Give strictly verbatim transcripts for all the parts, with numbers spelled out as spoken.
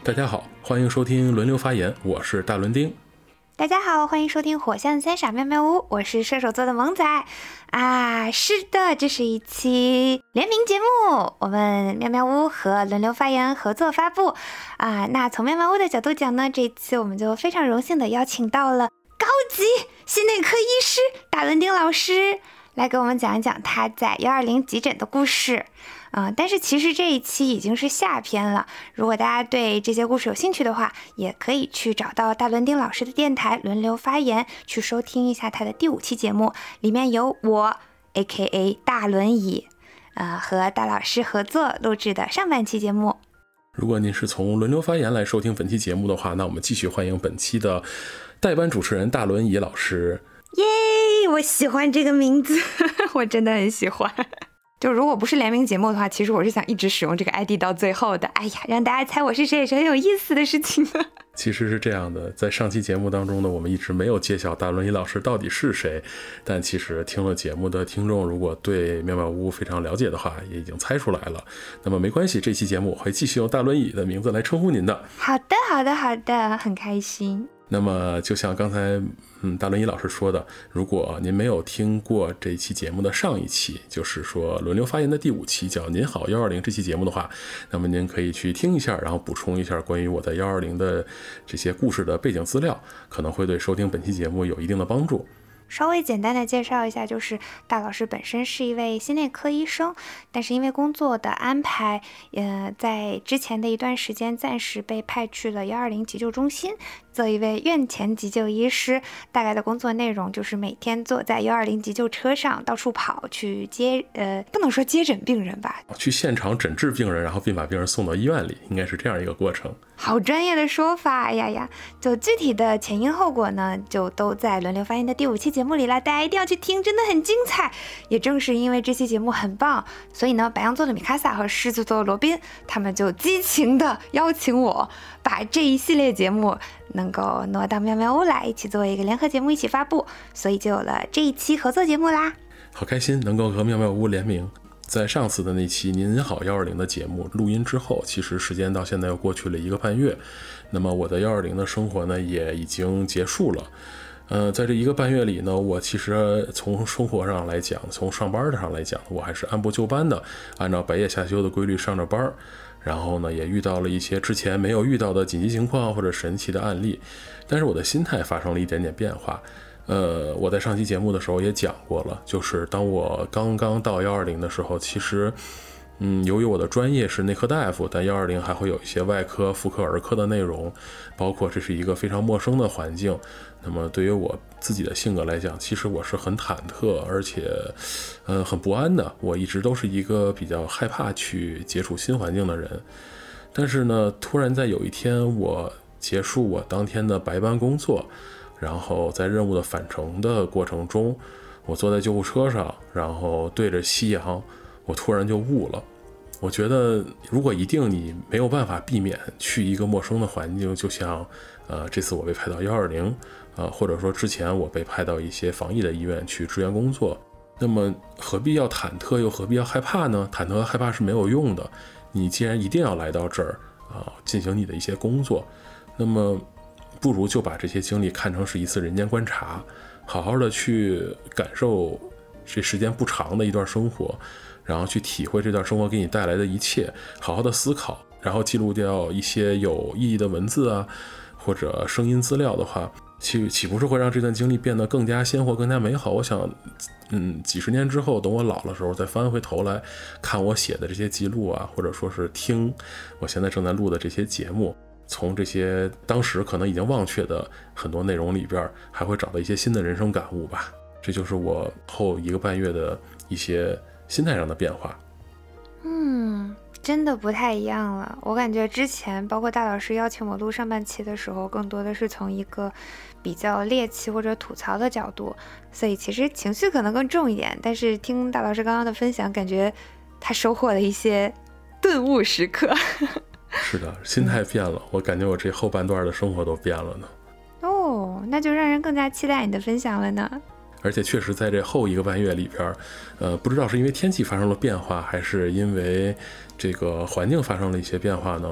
大家好，欢迎收听轮流发言，我是大伦丁。 大家好，欢迎收听火象三傻妙妙屋，我是射手座的萌仔啊。是的，这是一期联名节目，我们妙妙屋和轮流发言合作发布啊。那从妙妙屋的角度讲呢，这一期我们就非常荣幸的邀请到了高级心内科医师大伦丁老师来给我们讲一讲他在一二零急诊的故事。嗯、呃，但是其实这一期已经是下篇了。如果大家对这些故事有兴趣的话，也可以去找到大伦丁老师的电台轮流发言，去收听一下他的第五期节目，里面有我 A K A 大轮椅，呃，和大老师合作录制的上半期节目。 如果您是从轮流发言来收听本期节目的话，那我们继续欢迎本期的代班主持人大轮椅老师。 耶，我喜欢这个名字，我真的很喜欢。就如果不是联名节目的话，其实我是想一直使用这个 I D 到最后的。哎呀，让大家猜我是谁也是很有意思的事情的。 其实是这样的，在上期节目当中呢，我们一直没有揭晓大轮椅老师到底是谁，但其实听了节目的听众如果对妙妙屋非常了解的话，也已经猜出来了。那么没关系，这期节目我会继续用大轮椅的名字来称呼您的。 好的好的好的，很开心。 那么就像刚才嗯大轮椅老师说的，如果您没有听过这一期节目的上一期，就是说轮流发言的第五期叫您好一二零这期节目的话，那么您可以去听一下，然后补充一下关于我在一二零的这些故事的背景资料，可能会对收听本期节目有一定的帮助。 稍微简单的介绍一下，就是大老师本身是一位心内科医生，但是因为工作的安排，呃，在之前的一段时间暂时被派去了一二零急救中心做一位院前急救医师。大概的工作内容就是每天坐在一二零急救车上到处跑，去接呃不能说接诊病人吧， 去现场诊治病人，然后并把病人送到医院里，应该是这样一个过程。 好专业的说法呀呀！就具体的前因后果呢，就都在轮流发言的第五期节目里了，大家一定要去听，真的很精彩。也正是因为这期节目很棒，所以呢，白羊座的米卡萨和狮子座的罗宾，他们就激情的邀请我把这一系列节目能够挪到妙妙屋来，一起做一个联合节目，一起发布，所以就有了这一期合作节目啦。 好开心能够和妙妙屋联名。在上次的那期您好一二零的节目录音之后，其实时间到现在又过去了一个半月，那么我的一二零的生活呢也已经结束了。呃，在这一个半月里呢，我其实从生活上来讲，从上班上来讲，我还是按部就班的按照白夜夏休的规律上着班，然后呢也遇到了一些之前没有遇到的紧急情况或者神奇的案例，但是我的心态发生了一点点变化。呃，我在上期节目的时候也讲过了，就是当我刚刚到一二零的时候，其实嗯，由于我的专业是内科大夫，但一二零还会有一些外科、妇科、儿科的内容，包括这是一个非常陌生的环境。那么对于我自己的性格来讲，其实我是很忐忑，而且呃很不安的。我一直都是一个比较害怕去接触新环境的人。但是呢，突然在有一天，我结束我当天的白班工作，然后在任务的返程的过程中，我坐在救护车上，然后对着夕阳，我突然就悟了。我觉得如果一定你没有办法避免去一个陌生的环境，就像呃这次我被派到一二零，呃或者说之前我被派到一些防疫的医院去支援工作，那么何必要忐忑，又何必要害怕呢？忐忑和害怕是没有用的。你既然一定要来到这儿啊、呃，进行你的一些工作，那么不如就把这些经历看成是一次人间观察，好好的去感受这时间不长的一段生活，然后去体会这段生活给你带来的一切，好好的思考，然后记录掉一些有意义的文字啊，或者声音资料的话，岂岂不是会让这段经历变得更加鲜活、更加美好？我想，嗯，几十年之后，等我老的时候，再翻回头来看我写的这些记录啊，或者说是听我现在正在录的这些节目，从这些当时可能已经忘却的很多内容里边，还会找到一些新的人生感悟吧。这就是我后一个半月的一些心态上的变化。 嗯，真的不太一样了。我感觉之前包括大老师邀请我录上半期的时候，更多的是从一个比较猎奇或者吐槽的角度，所以其实情绪可能更重一点。但是听大老师刚刚的分享，感觉他收获了一些顿悟时刻。 是的，心态变了，我感觉我这后半段的生活都变了呢。 哦，那就让人更加期待你的分享了呢。 而且确实在这后一个半月里边，呃，不知道是因为天气发生了变化，还是因为这个环境发生了一些变化呢？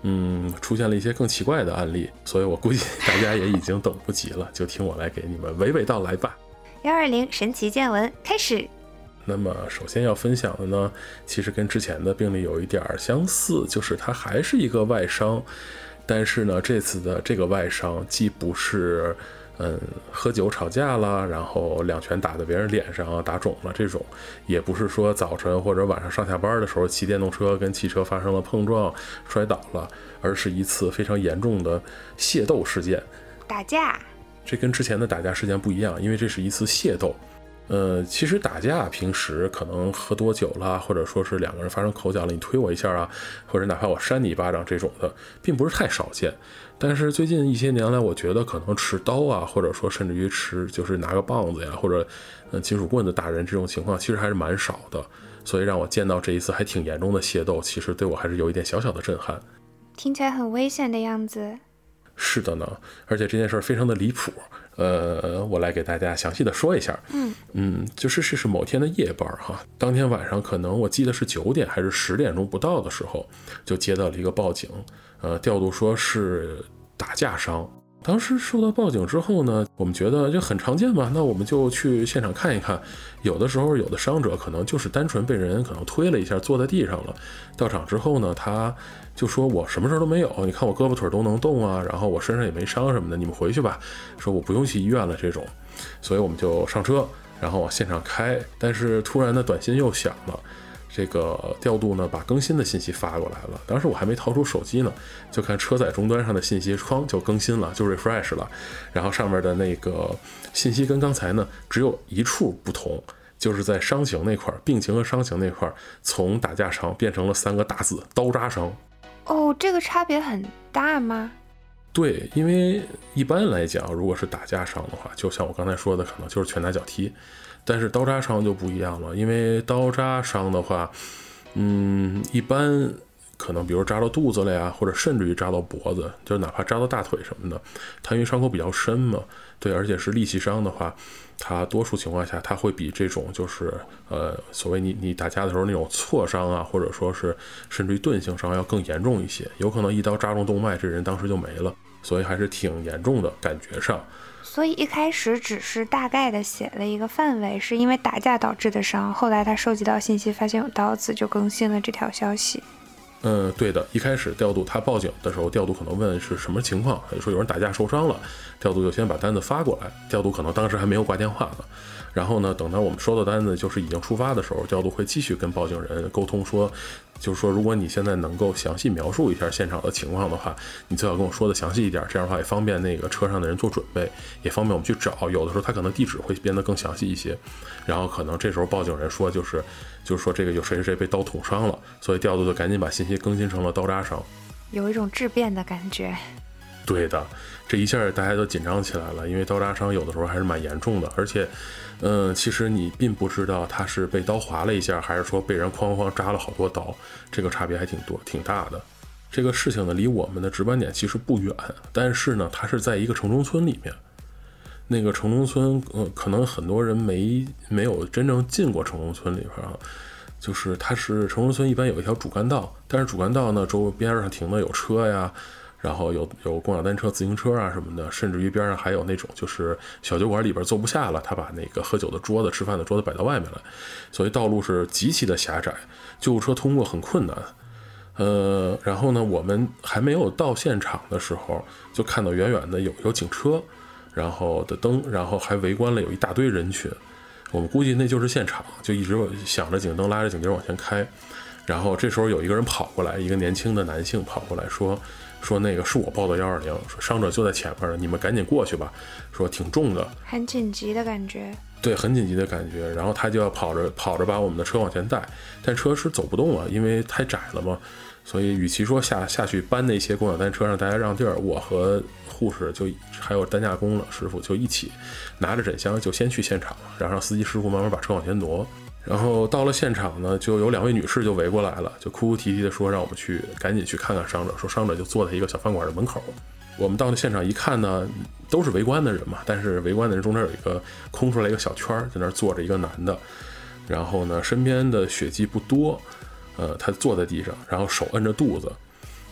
嗯，出现了一些更奇怪的案例，所以我估计大家也已经等不及了，就听我来给你们娓娓道来吧。 幺二零神奇见闻开始。 那么首先要分享的呢，其实跟之前的病例有一点相似，就是它还是一个外伤，但是呢，这次的这个外伤既不是嗯喝酒吵架了，然后两拳打在别人脸上打肿了这种，也不是说早晨或者晚上上下班的时候骑电动车跟汽车发生了碰撞摔倒了，而是一次非常严重的械斗事件。 打架， 这跟之前的打架事件不一样，因为这是一次械斗。呃，其实打架平时可能喝多酒了，或者说是两个人发生口角了，你推我一下啊，或者哪怕我扇你一巴掌这种的，并不是太少见。但是最近一些年来，我觉得可能持刀啊，或者说甚至于持就是拿个棒子呀，或者呃金属棍子打人这种情况，其实还是蛮少的。所以让我见到这一次还挺严重的械斗，其实对我还是有一点小小的震撼。 听起来很危险的样子。 是的呢，而且这件事非常的离谱。呃，我来给大家详细的说一下。 嗯嗯，就是这是某天的夜班哈，当天晚上可能我记得是九点还是十点钟不到的时候，就接到了一个报警，呃，调度说是打架伤。当时收到报警之后呢，我们觉得就很常见嘛，那我们就去现场看一看。有的时候有的伤者可能就是单纯被人可能推了一下坐在地上了，到场之后呢，他就说我什么事都没有，你看我胳膊腿都能动啊，然后我身上也没伤什么的，你们回去吧，说我不用去医院了这种。所以我们就上车然后往现场开，但是突然的短信又响了，这个调度呢把更新的信息发过来了，当时我还没掏出手机呢，就看车载终端上的信息哐就更新了，就 refresh 了，然后上面的那个信息跟刚才呢只有一处不同，就是在伤情那块，病情和伤情那块，从打架伤变成了三个大字刀扎伤。 哦，这个差别很大吗？ 对，因为一般来讲，如果是打架伤的话，就像我刚才说的，可能就是拳打脚踢。但是刀扎伤就不一样了，因为刀扎伤的话，嗯，一般可能比如扎到肚子了呀，或者甚至于扎到脖子，就哪怕扎到大腿什么的，它因为伤口比较深嘛，对，而且是利器伤的话，它多数情况下它会比这种就是呃所谓你你打架的时候那种挫伤啊，或者说是甚至于钝性伤要更严重一些，有可能一刀扎中动脉，这人当时就没了，所以还是挺严重的感觉上。 所以一开始只是大概的写了一个范围，是因为打架导致的伤，后来他收集到信息发现有刀子，就更新了这条消息。 嗯，对的，一开始调度他报警的时候，调度可能问是什么情况，说有人打架受伤了，调度就先把单子发过来，调度可能当时还没有挂电话呢，然后呢，等到我们收到单子就是已经出发的时候，调度会继续跟报警人沟通说，就是说如果你现在能够详细描述一下现场的情况的话，你最好跟我说的详细一点，这样的话也方便那个车上的人做准备，也方便我们去找，有的时候他可能地址会变得更详细一些，然后可能这时候报警人说就是就是说这个有谁谁谁被刀捅伤了，所以调度就赶紧把信息更新成了刀扎伤， 有一种质变的感觉。 对的，这一下大家都紧张起来了，因为刀扎伤有的时候还是蛮严重的，而且嗯，其实你并不知道他是被刀划了一下，还是说被人哐哐扎了好多刀，这个差别还挺多挺大的。这个事情呢离我们的值班点其实不远，但是呢它是在一个城中村里面。那个城中村呃，可能很多人没没有真正进过城中村里边啊，就是它是城中村一般有一条主干道，但是主干道呢周边上停的有车呀，然后有有共享单车、自行车啊什么的，甚至于边上还有那种就是小酒馆里边坐不下了，他把那个喝酒的桌子、吃饭的桌子摆到外面来，所以道路是极其的狭窄，救护车通过很困难。呃，然后呢，我们还没有到现场的时候，就看到远远的有有警车，然后的灯，然后还围观了有一大堆人群。我们估计那就是现场，就一直想着警灯拉着警笛往前开。然后这时候有一个人跑过来，一个年轻的男性跑过来说说那个是我报的一二零，说伤者就在前面了，你们赶紧过去吧，说挺重的， 很紧急的感觉。 对，很紧急的感觉。然后他就要跑着跑着把我们的车往前带，但车是走不动了，因为太窄了嘛。所以与其说下下去搬那些共享单车让大家让地儿，我和护士就还有担架工了师傅就一起拿着枕箱就先去现场，然后让司机师傅慢慢把车往前挪。然后到了现场呢，就有两位女士就围过来了，就哭哭啼啼的说让我们去赶紧去看看伤者，说伤者就坐在一个小饭馆的门口。我们到了现场一看呢，都是围观的人嘛，但是围观的人中间有一个空出来一个小圈，在那坐着一个男的，然后呢身边的血迹不多，呃，他坐在地上，然后手摁着肚子，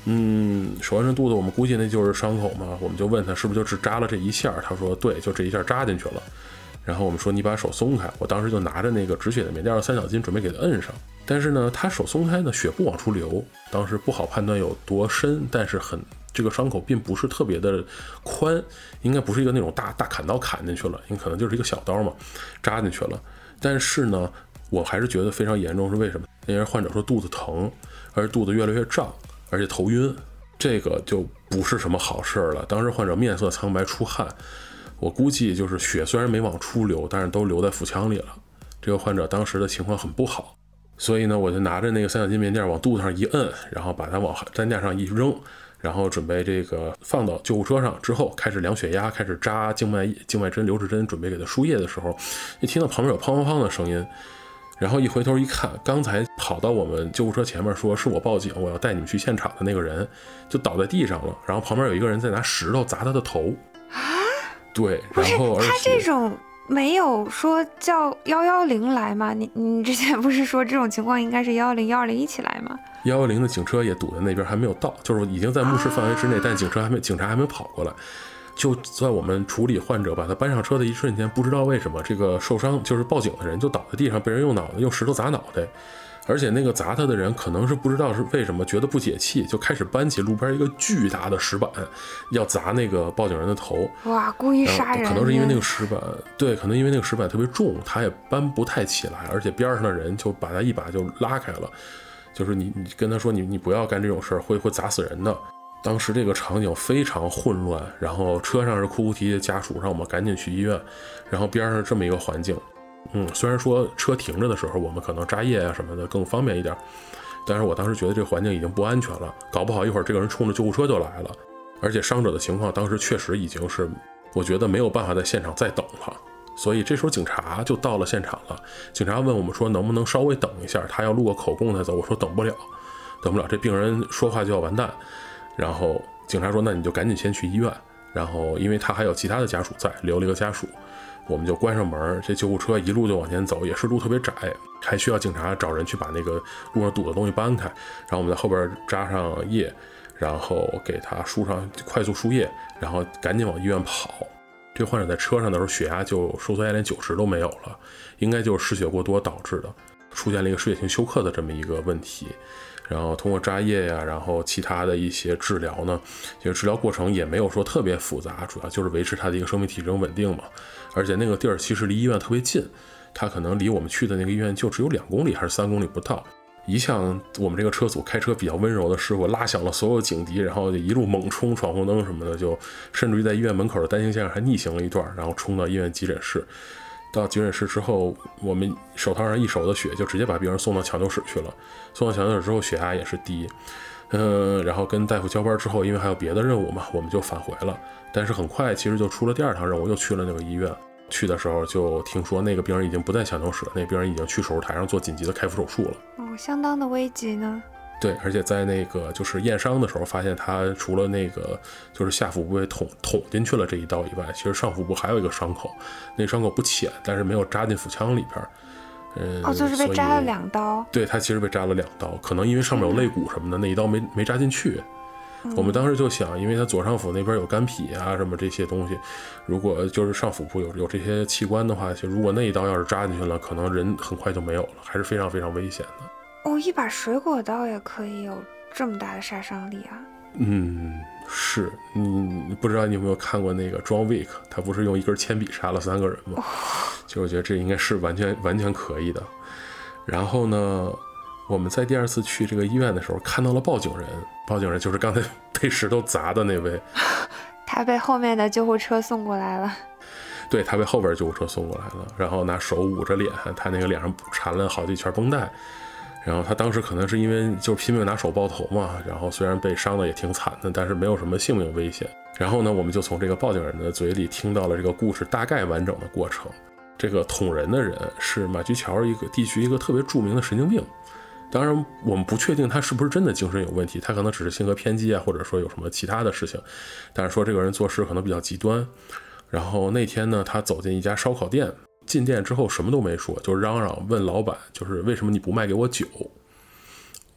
嗯，手完这肚子，我们估计那就是伤口嘛，我们就问他是不是就只扎了这一下，他说对，就这一下扎进去了。然后我们说你把手松开，我当时就拿着那个止血的棉垫三角巾准备给他摁上，但是呢，他手松开呢，血不往出流，当时不好判断有多深，但是很这个伤口并不是特别的宽，应该不是一个那种大大砍刀砍进去了，因为可能就是一个小刀嘛，扎进去了。但是呢，我还是觉得非常严重，是为什么？因为患者说肚子疼，而且肚子越来越胀，而且头晕，这个就不是什么好事了。当时患者面色苍白，出汗。我估计就是血虽然没往出流，但是都流在腹腔里了。这个患者当时的情况很不好，所以呢，我就拿着那个三角巾棉垫往肚子上一摁，然后把它往担架上一扔，然后准备这个放到救护车上之后，开始量血压，开始扎静脉静脉针、留置针，准备给他输液的时候，一听到旁边有砰砰砰的声音，然后一回头一看，刚才跑到我们救护车前面说是我报警，我要带你们去现场的那个人就倒在地上了，然后旁边有一个人在拿石头砸他的头。对，然后而且他这种没有说叫幺幺零来吗？你你之前不是说这种情况应该是幺幺零幺二零一起来吗？ 幺幺零的警车也堵在那边，还没有到，就是已经在目视范围之内，啊、但警车还没警察还没跑过来。就在我们处理患者把他搬上车的一瞬间，不知道为什么这个受伤就是报警的人就倒在地上，被人用脑袋用石头砸脑袋。而且那个砸他的人可能是不知道是为什么觉得不解气，就开始搬起路边一个巨大的石板要砸那个报警人的头。 哇，故意杀人！ 可能是因为那个石板，对，可能因为那个石板特别重，他也搬不太起来，而且边上的人就把他一把就拉开了，就是你你跟他说你你不要干这种事儿，会会砸死人的。当时这个场景非常混乱，然后车上是哭哭啼啼的家属，让我们赶紧去医院，然后边上是这么一个环境。嗯，虽然说车停着的时候我们可能扎液啊什么的更方便一点，但是我当时觉得这个环境已经不安全了，搞不好一会儿这个人冲着救护车就来了，而且伤者的情况当时确实已经是我觉得没有办法在现场再等了，所以这时候警察就到了现场了。警察问我们说能不能稍微等一下，他要录个口供才走，我说等不了等不了，这病人说话就要完蛋。然后警察说那你就赶紧先去医院，然后因为他还有其他的家属在，留了一个家属，我们就关上门，这救护车一路就往前走，也是路特别窄，还需要警察找人去把那个路上堵的东西搬开，然后我们在后边扎上液，然后给他输上快速输液，然后赶紧往医院跑。这个患者在车上的时候血压就收缩压连九十都没有了，应该就是失血过多导致的，出现了一个失血性休克的这么一个问题。然后通过扎液呀，然后其他的一些治疗呢，其实治疗过程也没有说特别复杂，主要就是维持他的一个生命体征稳定嘛。而且那个地儿其实离医院特别近，他可能离我们去的那个医院就只有两公里还是三公里不到。一向我们这个车组开车比较温柔的师傅拉响了所有警笛，然后就一路猛冲闯红灯什么的，就甚至于在医院门口的单行线上还逆行了一段，然后冲到医院急诊室。到急诊室之后，我们手套上一手的血就直接把病人送到抢救室去了。送到抢救室之后血压也是低，嗯，然后跟大夫交班之后，因为还有别的任务嘛，我们就返回了。但是很快其实就出了第二趟任务，又去了那个医院。去的时候就听说那个病人已经不在抢救室了，那个病人已经去手术台上做紧急的开腹手术了。 哦，相当的危急呢。 对，而且在那个就是验伤的时候发现他除了那个就是下腹部被捅捅进去了这一刀以外，其实上腹部还有一个伤口，那伤口不浅，但是没有扎进腹腔里边。嗯， 哦，就是被扎了两刀。 对，他其实被扎了两刀，可能因为上面有肋骨什么的，那一刀没没扎进去。我们当时就想，因为他左上腹那边有肝脾啊什么这些东西，如果就是上腹部有有这些器官的话，就如果那一刀要是扎进去了，可能人很快就没有了，还是非常非常危险的。 哦，一把水果刀也可以有这么大的杀伤力啊！ 嗯，是你不知道你有没有看过那个 John Wick， 他不是用一根铅笔杀了三个人吗？哦、就我觉得这应该是完全完全可以的。然后呢，我们在第二次去这个医院的时候看到了报警人，报警人就是刚才被石头砸的那位， 他被后面的救护车送过来了。 对，他被后边救护车送过来了，然后拿手捂着脸，他那个脸上缠了好几圈绷带。然后他当时可能是因为就拼命拿手抱头嘛，然后虽然被伤的也挺惨的，但是没有什么性命危险。然后呢，我们就从这个报警人的嘴里听到了这个故事大概完整的过程。这个捅人的人是马驹桥一个地区一个特别著名的神经病，当然我们不确定他是不是真的精神有问题，他可能只是性格偏激啊，或者说有什么其他的事情，但是说这个人做事可能比较极端。然后那天呢，他走进一家烧烤店，进店之后什么都没说，就嚷嚷问老板，就是为什么你不卖给我酒。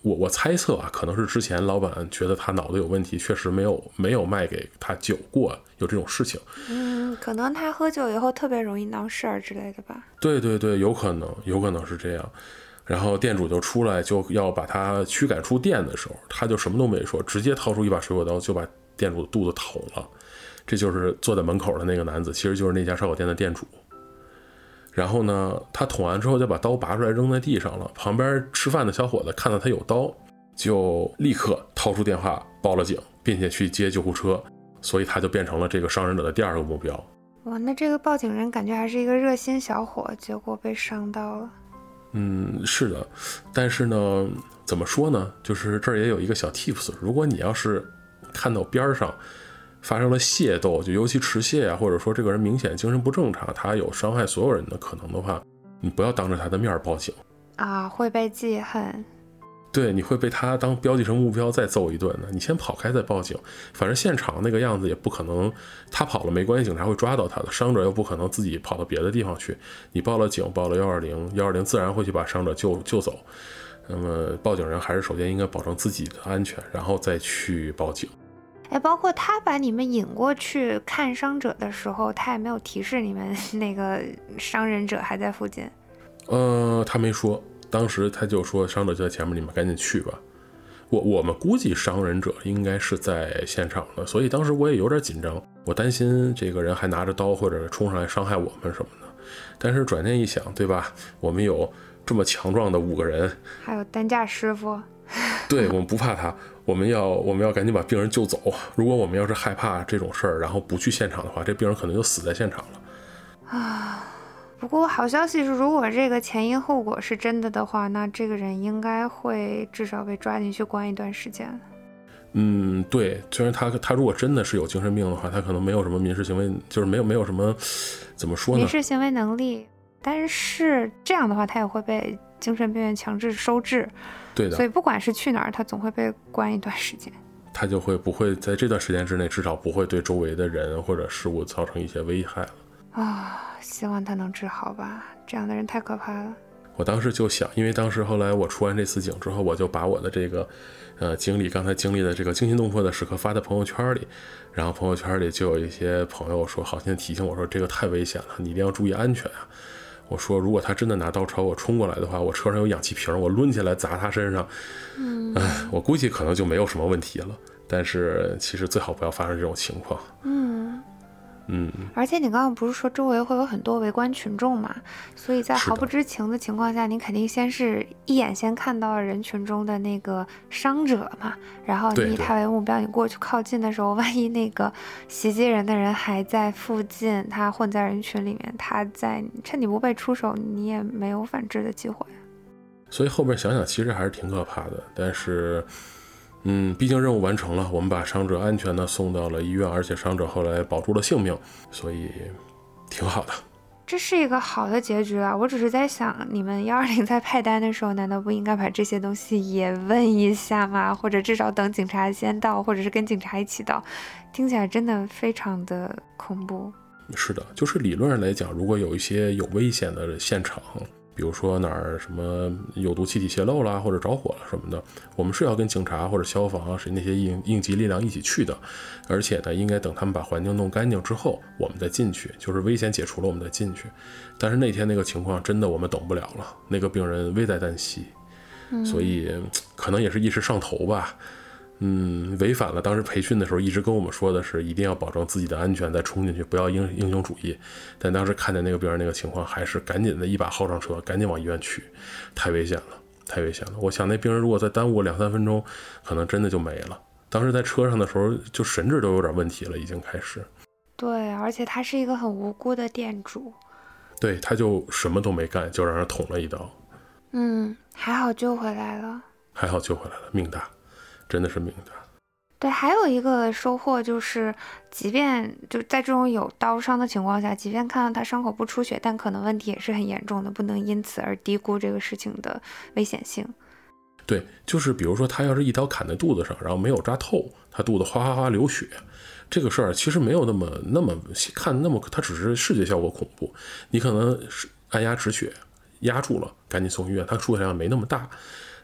我我猜测啊，可能是之前老板觉得他脑子有问题，确实没有没有卖给他酒过，有这种事情。 嗯，可能他喝酒以后特别容易闹事儿之类的吧。 对对对，有可能，有可能是这样。然后店主就出来就要把他驱赶出店的时候，他就什么都没说，直接掏出一把水果刀就把店主的肚子捅了。这就是坐在门口的那个男子，其实就是那家烧烤店的店主。然后呢，他捅完之后就把刀拔出来扔在地上了。旁边吃饭的小伙子看到他有刀，就立刻掏出电话报了警，并且去接救护车。所以他就变成了这个伤人者的第二个目标。 哇，那这个报警人感觉还是一个热心小伙，结果被伤到了。 嗯，是的。但是呢，怎么说呢？就是这儿也有一个小 tips， 如果你要是看到边上发生了械斗，就尤其持械啊，或者说这个人明显精神不正常，他有伤害所有人的可能的话，你不要当着他的面报警啊，会被记恨。 对，你会被他当标记成目标再揍一顿的。你先跑开再报警，反正现场那个样子也不可能，他跑了没关系，警察会抓到他的，伤者又不可能自己跑到别的地方去。你报了警，报了一二零，一二零自然会去把伤者救救走。那么报警人还是首先应该保证自己的安全，然后再去报警。 哎，包括他把你们引过去看伤者的时候，他也没有提示你们那个伤人者还在附近。 呃，他没说，当时他就说伤者就在前面，你们赶紧去吧。我我们估计伤人者应该是在现场的，所以当时我也有点紧张，我担心这个人还拿着刀或者冲上来伤害我们什么的。但是转念一想，对吧？我们有这么强壮的五个人， 还有担架师傅。 对，我们不怕他，我们要我们要赶紧把病人救走。如果我们要是害怕这种事儿，然后不去现场的话，这病人可能就死在现场了啊。不过好消息是，如果这个前因后果是真的的话，那这个人应该会至少被抓进去关一段时间。 嗯，对，虽然他他如果真的是有精神病的话，他可能没有什么民事行为，就是没有没有什么怎么说呢？ 民事行为能力，但是这样的话，他也会被精神病院强制收治。 对的， 所以不管是去哪儿，他总会被关一段时间。 他就会不会在这段时间之内，至少不会对周围的人或者事物造成一些危害了。 啊，希望他能治好吧，这样的人太可怕了。 我当时就想，因为当时后来我出完这次警之后，我就把我的这个呃经历，刚才经历的这个惊心动魄的时刻发在朋友圈里，然后朋友圈里就有一些朋友说，好心提醒我说，这个太危险了，你一定要注意安全啊。我说，如果他真的拿刀朝我冲过来的话，我车上有氧气瓶，我抡起来砸他身上，嗯，哎，我估计可能就没有什么问题了。但是其实最好不要发生这种情况。 嗯嗯， 而且你刚刚不是说周围会有很多围观群众嘛？所以在毫不知情的情况下，你肯定先是一眼先看到了人群中的那个伤者嘛，然后你以他为目标，你过去靠近的时候，万一那个袭击人的人还在附近，他混在人群里面，他在趁你不备出手，你也没有反制的机会。 所以后边想想，其实还是挺可怕的。但是嗯，毕竟任务完成了，我们把伤者安全的送到了医院，而且伤者后来保住了性命，所以挺好的。 这是一个好的结局啊！我只是在想，你们幺二零在派单的时候，难道不应该把这些东西也问一下吗？或者至少等警察先到，或者是跟警察一起到？听起来真的非常的恐怖。 是的，就是理论上来讲，如果有一些有危险的现场，比如说哪儿什么有毒气体泄漏啦，或者着火了什么的，我们是要跟警察或者消防啊，是那些应应急力量一起去的。而且呢，应该等他们把环境弄干净之后，我们再进去，就是危险解除了，我们再进去。但是那天那个情况真的我们等不了了，那个病人危在旦夕，所以可能也是一时上头吧。嗯，违反了当时培训的时候一直跟我们说的是，一定要保证自己的安全再冲进去，不要英英雄主义。但当时看见那个病人那个情况，还是赶紧的一把薅上车，赶紧往医院去，太危险了，太危险了。我想那病人如果再耽误两三分钟，可能真的就没了。当时在车上的时候，就神志都有点问题了，已经开始。 对，而且他是一个很无辜的店主。 对，他就什么都没干，就让人捅了一刀。 嗯，还好救回来了。 还好救回来了，命大。真的是命大。 对，还有一个收获就是，即便就在这种有刀伤的情况下，即便看到他伤口不出血，但可能问题也是很严重的，不能因此而低估这个事情的危险性。 对，就是比如说他要是一刀砍在肚子上，然后没有扎透，他肚子哗哗哗流血，这个事儿其实没有那么那么看那么，它只是视觉效果恐怖。你可能是按压止血压住了，赶紧送医院，他出血量没那么大。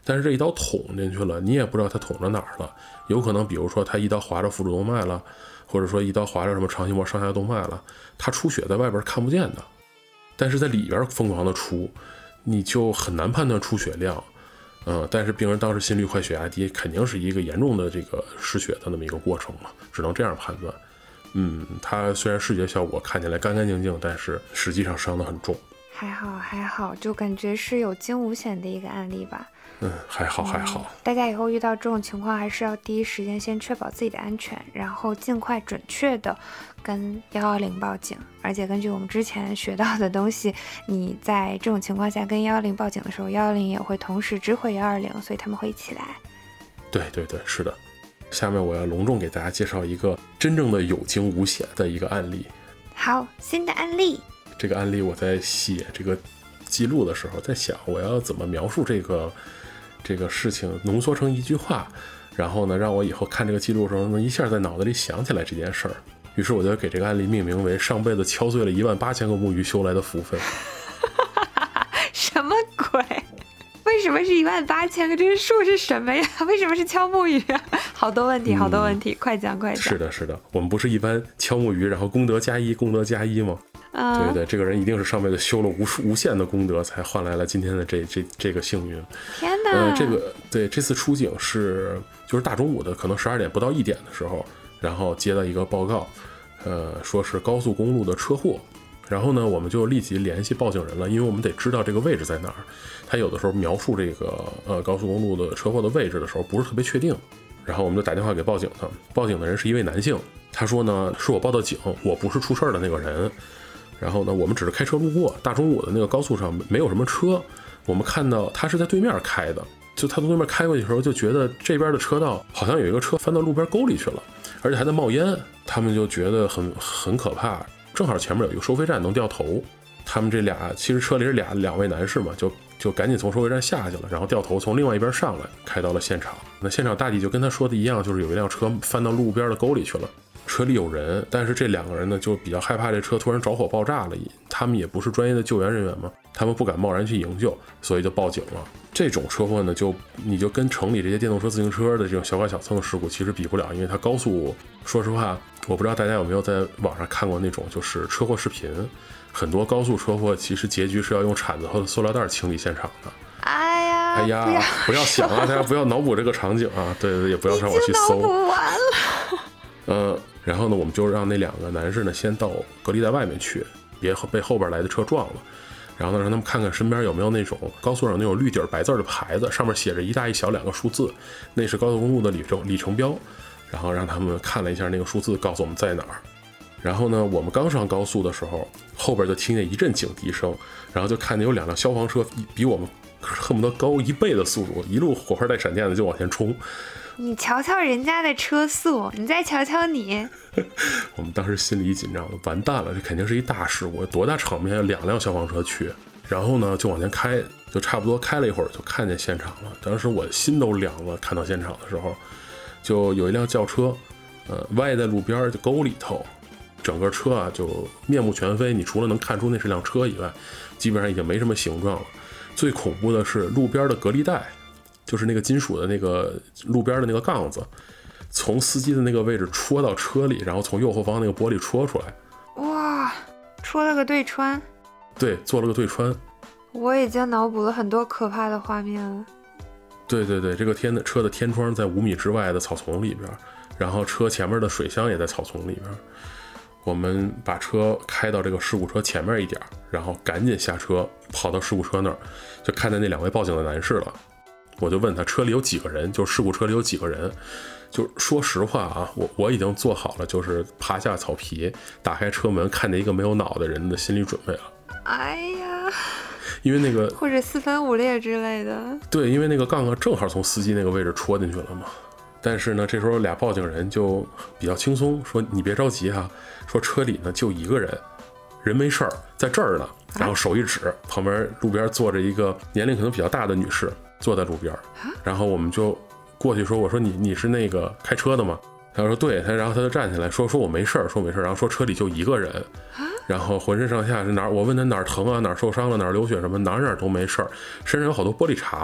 但是这一刀捅进去了，你也不知道他捅着哪儿了，有可能比如说他一刀划着腹主动脉了，或者说一刀划着什么肠系膜上下动脉了，他出血在外边看不见的，但是在里边疯狂的出，你就很难判断出血量。嗯，但是病人当时心率快、血压低，肯定是一个严重的这个失血的那么一个过程嘛，只能这样判断。嗯，他虽然视觉效果看起来干干净净，但是实际上伤得很重。 还好还好，就感觉是有惊无险的一个案例吧。 嗯，还好还好、嗯。 大家以后遇到这种情况，还是要第一时间先确保自己的安全，然后尽快准确的跟一一零报警。而且根据我们之前学到的东西，你在这种情况下跟一一零报警的时候，一一零也会同时知会一二零，所以他们会一起来。 对对对，是的。下面我要隆重给大家介绍一个真正的有惊无险的一个案例。 好，新的案例。 这个案例我在写这个记录的时候，在想我要怎么描述这个这个事情，浓缩成一句话，然后呢，让我以后看这个记录的时候能一下在脑子里想起来这件事儿。于是我就给这个案例命名为上辈子敲碎了一万八千个木鱼修来的福分。 什么鬼？为什么是一万八千个？这个数是什么呀？为什么是敲木鱼啊？好多问题，好多问题，嗯、快讲快讲。 是的，是的，我们不是一般敲木鱼，然后功德加一，功德加一吗？啊、对对，这个人一定是上辈子修了无数无限的功德，才换来了今天的这这这个幸运。 天哪！ 呃，这个对这次出警是就是大中午的，可能十二点不到一点的时候，然后接到一个报告，呃，说是高速公路的车祸。然后呢，我们就立即联系报警人了，因为我们得知道这个位置在哪儿。他有的时候描述这个呃高速公路的车祸的位置的时候不是特别确定，然后我们就打电话给报警的。报警的人是一位男性，他说呢是我报的警，我不是出事的那个人。然后呢，我们只是开车路过，大中午的那个高速上没有什么车，我们看到他是在对面开的，就他从对面开过去的时候，就觉得这边的车道好像有一个车翻到路边沟里去了，而且还在冒烟，他们就觉得很很可怕。正好前面有一个收费站能掉头，他们这俩其实车里是俩两位男士嘛，就就赶紧从收费站下去了，然后掉头从另外一边上来，开到了现场。那现场大体就跟他说的一样，就是有一辆车翻到路边的沟里去了，车里有人，但是这两个人呢就比较害怕这车突然着火爆炸了，他们也不是专业的救援人员嘛，他们不敢贸然去营救，所以就报警了。这种车祸呢，就你就跟城里这些电动车自行车的这种小剐小蹭的事故其实比不了，因为它高速，说实话我不知道大家有没有在网上看过那种就是车祸视频，很多高速车祸其实结局是要用铲子和塑料袋清理现场的。 哎呀， 哎呀，不要想啊，大家不要脑补这个场景啊，对对，也不要让我去搜。 脑补完了。 呃，然后呢，我们就让那两个男士呢先到隔离带外面去，别被后边来的车撞了。然后呢，让他们看看身边有没有那种高速上那种绿底白字的牌子，上面写着一大一小两个数字，那是高速公路的里程里程标。然后让他们看了一下那个数字，告诉我们在哪儿。然后呢，我们刚上高速的时候，后边就听见一阵警笛声，然后就看见有两辆消防车比我们恨不得高一倍的速度，一路火花带闪电的就往前冲。 你瞧瞧人家的车速，你再瞧瞧你。 我们当时心里一紧张，完蛋了，这肯定是一大事故，多大场面，两辆消防车去。然后呢，就往前开，就差不多开了一会儿，就看见现场了。当时我心都凉了，看到现场的时候，就有一辆轿车，呃，歪在路边就沟里头，整个车啊就面目全非，你除了能看出那是辆车以外，基本上已经没什么形状了。最恐怖的是路边的隔离带。就是那个金属的那个路边的那个杠子，从司机的那个位置戳到车里，然后从右后方那个玻璃戳出来。 哇，戳了个对穿。 对，做了个对穿。 我已经脑补了很多可怕的画面了。 对对对，这个天的车的天窗在五米之外的草丛里边，然后车前面的水箱也在草丛里边。我们把车开到这个事故车前面一点，然后赶紧下车跑到事故车那儿，就看见那两位报警的男士了。我就问他车里有几个人，就是事故车里有几个人。就说实话啊，我我已经做好了就是爬下草皮打开车门看见一个没有脑的人的心理准备了。 哎呀， 因为那个或者四分五裂之类的。对， 因为那个杠杠正好从司机那个位置戳进去了嘛。但是呢，这时候俩报警人就比较轻松，说你别着急哈、啊，说车里呢就一个人，人没事儿，在这儿呢。然后手一指，旁边路边坐着一个年龄可能比较大的女士，坐在路边。然后我们就过去说，我说你你是那个开车的吗？他说对，他然后他就站起来说说我没事儿，说没事儿，然后说车里就一个人，然后浑身上下是哪儿，我问他哪儿疼啊，哪儿受伤了，哪儿流血什么，哪儿哪儿都没事儿，身上有好多玻璃碴子。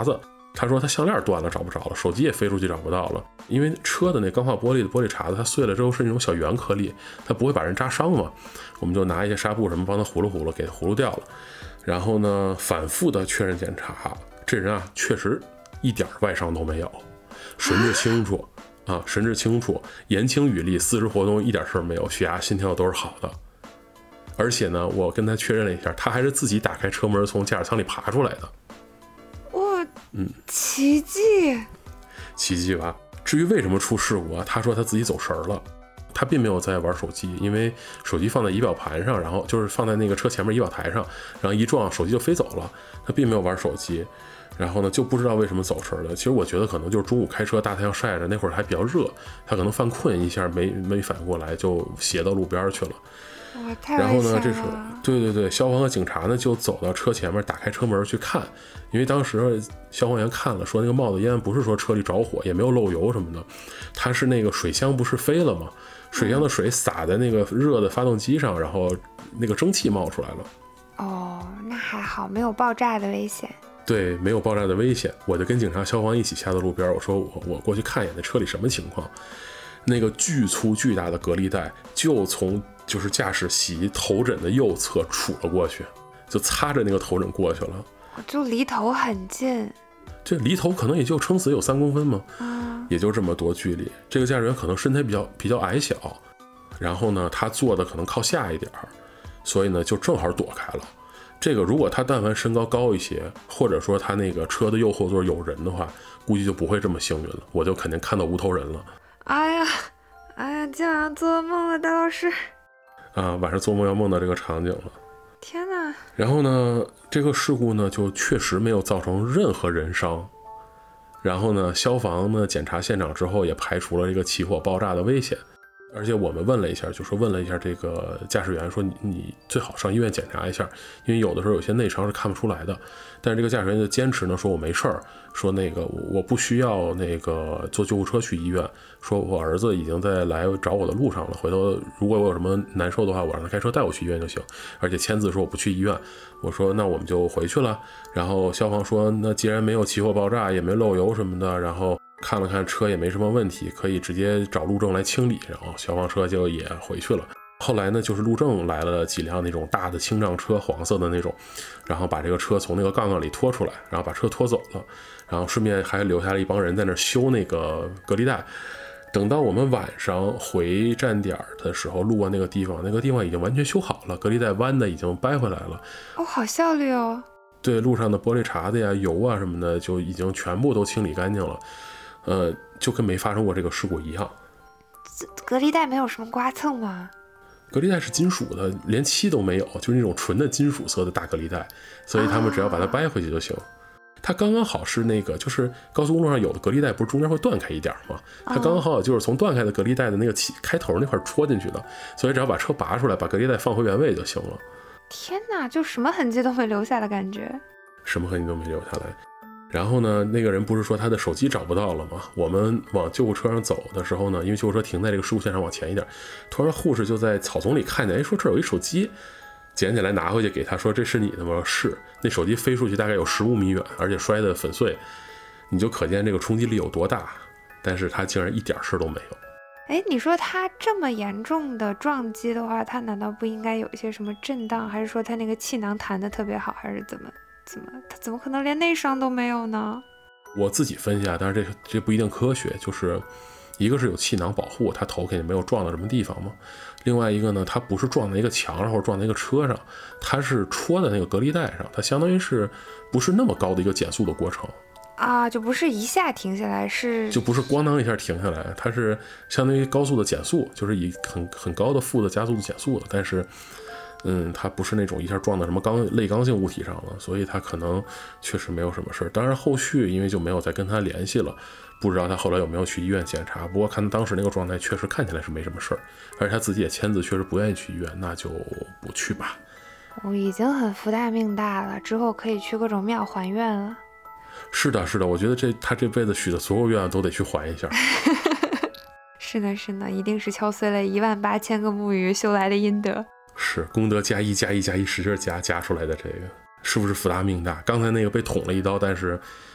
他说他项链断了找不着了，手机也飞出去找不到了，因为车的那钢化玻璃的玻璃碴子它碎了之后是那种小圆颗粒，它不会把人扎伤嘛，我们就拿一些纱布什么帮他糊噜糊噜给糊噜掉了。然后呢反复的确认检查，这人啊确实一点外伤都没有，神志清楚啊，神志清楚，言轻语利，四肢活动一点事儿没有，血压心跳都是好的。而且呢我跟他确认了一下，他还是自己打开车门从驾驶舱里爬出来的。 哇，嗯，奇迹， 奇迹吧。至于为什么出事故啊，他说他自己走神了，他并没有在玩手机，因为手机放在仪表盘上，然后就是放在那个车前面仪表台上，然后一撞手机就飞走了，他并没有玩手机，然后呢就不知道为什么走神了。其实我觉得可能就是中午开车大太阳晒着，那会儿还比较热，他可能犯困一下没没反应过来就斜到路边去了。然后呢这是对对对，消防和警察呢就走到车前面打开车门去看，因为当时消防员看了说那个冒的烟不是说车里着火，也没有漏油什么的，它是那个水箱不是飞了吗，水箱的水洒在那个热的发动机上，然后那个蒸汽冒出来了。 哦，那还好，没有爆炸的危险。 对，没有爆炸的危险。我就跟警察消防一起下到路边，我说我我过去看一眼那车里什么情况。那个巨粗巨大的隔离带就从就是驾驶席头枕的右侧杵了过去，就擦着那个头枕过去了， 就离头很近。 这离头可能也就撑死有三公分嘛，嗯，也就这么多距离。这个驾驶员可能身材比较比较矮小，然后呢他坐的可能靠下一点，所以呢就正好躲开了。这个如果他但凡身高高一些，或者说他那个车的右后座有人的话，估计就不会这么幸运了，我就肯定看到无头人了。 哎呀哎呀，今晚上做梦了，戴老师啊，晚上做梦要梦到这个场景了， 天哪！ 然后呢这个事故呢就确实没有造成任何人伤，然后呢消防呢检查现场之后也排除了这个起火爆炸的危险。而且我们问了一下，就是问了一下这个驾驶员说你你最好上医院检查一下，因为有的时候有些内伤是看不出来的。但是这个驾驶员就坚持呢说我没事儿，说那个我不需要那个坐救护车去医院，说我儿子已经在来找我的路上了，回头如果我有什么难受的话，我让他开车带我去医院就行，而且签字说我不去医院。我说那我们就回去了。然后消防说那既然没有起火爆炸也没漏油什么的，然后看了看车也没什么问题，可以直接找路政来清理，然后消防车就也回去了。后来呢就是路政来了几辆那种大的清障车，黄色的那种，然后把这个车从那个杠杠里拖出来，然后把车拖走了，然后顺便还留下了一帮人在那修那个隔离带。等到我们晚上回站点的时候，路过那个地方，那个地方已经完全修好了，隔离带弯的已经掰回来了。 哦，好效率哦。 对，路上的玻璃碴子呀油啊什么的就已经全部都清理干净了，呃，就跟没发生过这个事故一样。 隔离带没有什么刮蹭吗？ 隔离带是金属的，连漆都没有，就是那种纯的金属色的大隔离带，所以他们只要把它掰回去就行。它刚刚好是那个，就是高速公路上有的隔离带不是中间会断开一点吗？它刚刚好就是从断开的隔离带的那个起开头那块戳进去的，所以只要把车拔出来，把隔离带放回原位就行了。 天哪，就什么痕迹都没留下的感觉。什么痕迹都没留下来。然后呢，那个人不是说他的手机找不到了吗？我们往救护车上走的时候呢，因为救护车停在这个事故现场往前一点，突然护士就在草丛里看见，哎，说这有一手机，捡起来拿回去给他说这是你的吗？是。那手机飞出去大概有十五米远，而且摔得粉碎，你就可见这个冲击力有多大。但是他竟然一点事都没有。 哎，你说他这么严重的撞击的话，他难道不应该有一些什么震荡，还是说他那个气囊弹得特别好，还是怎么？怎么他怎么可能连内伤都没有呢？我自己分析啊，但是这这不一定科学，就是一个是有气囊保护，他头肯定没有撞到什么地方嘛。另外一个呢，他不是撞在一个墙上或者撞在一个车上，他是戳在那个隔离带上，它相当于是不是那么高的一个减速的过程啊，就不是一下停下来，是就不是咣当一下停下来，它是相当于高速的减速，就是以很很高的负的加速的减速的，但是。嗯，它不是那种一下撞到什么钢类刚性物体上了，所以它可能确实没有什么事。当然后续因为就没有再跟他联系了，不知道他后来有没有去医院检查。不过看他当时那个状态，确实看起来是没什么事儿，而且他自己也签字，确实不愿意去医院，那就不去吧。 我已经很福大命大了，之后可以去各种庙还愿了。 是的，是的，我觉得这他这辈子许的所有愿望都得去还一下。 是的，是的，一定是敲碎了一万八千个木鱼修来的阴德。 是功德加一加一加一使劲加加出来的，这个是不是福大命大？刚才那个被捅了一刀，但是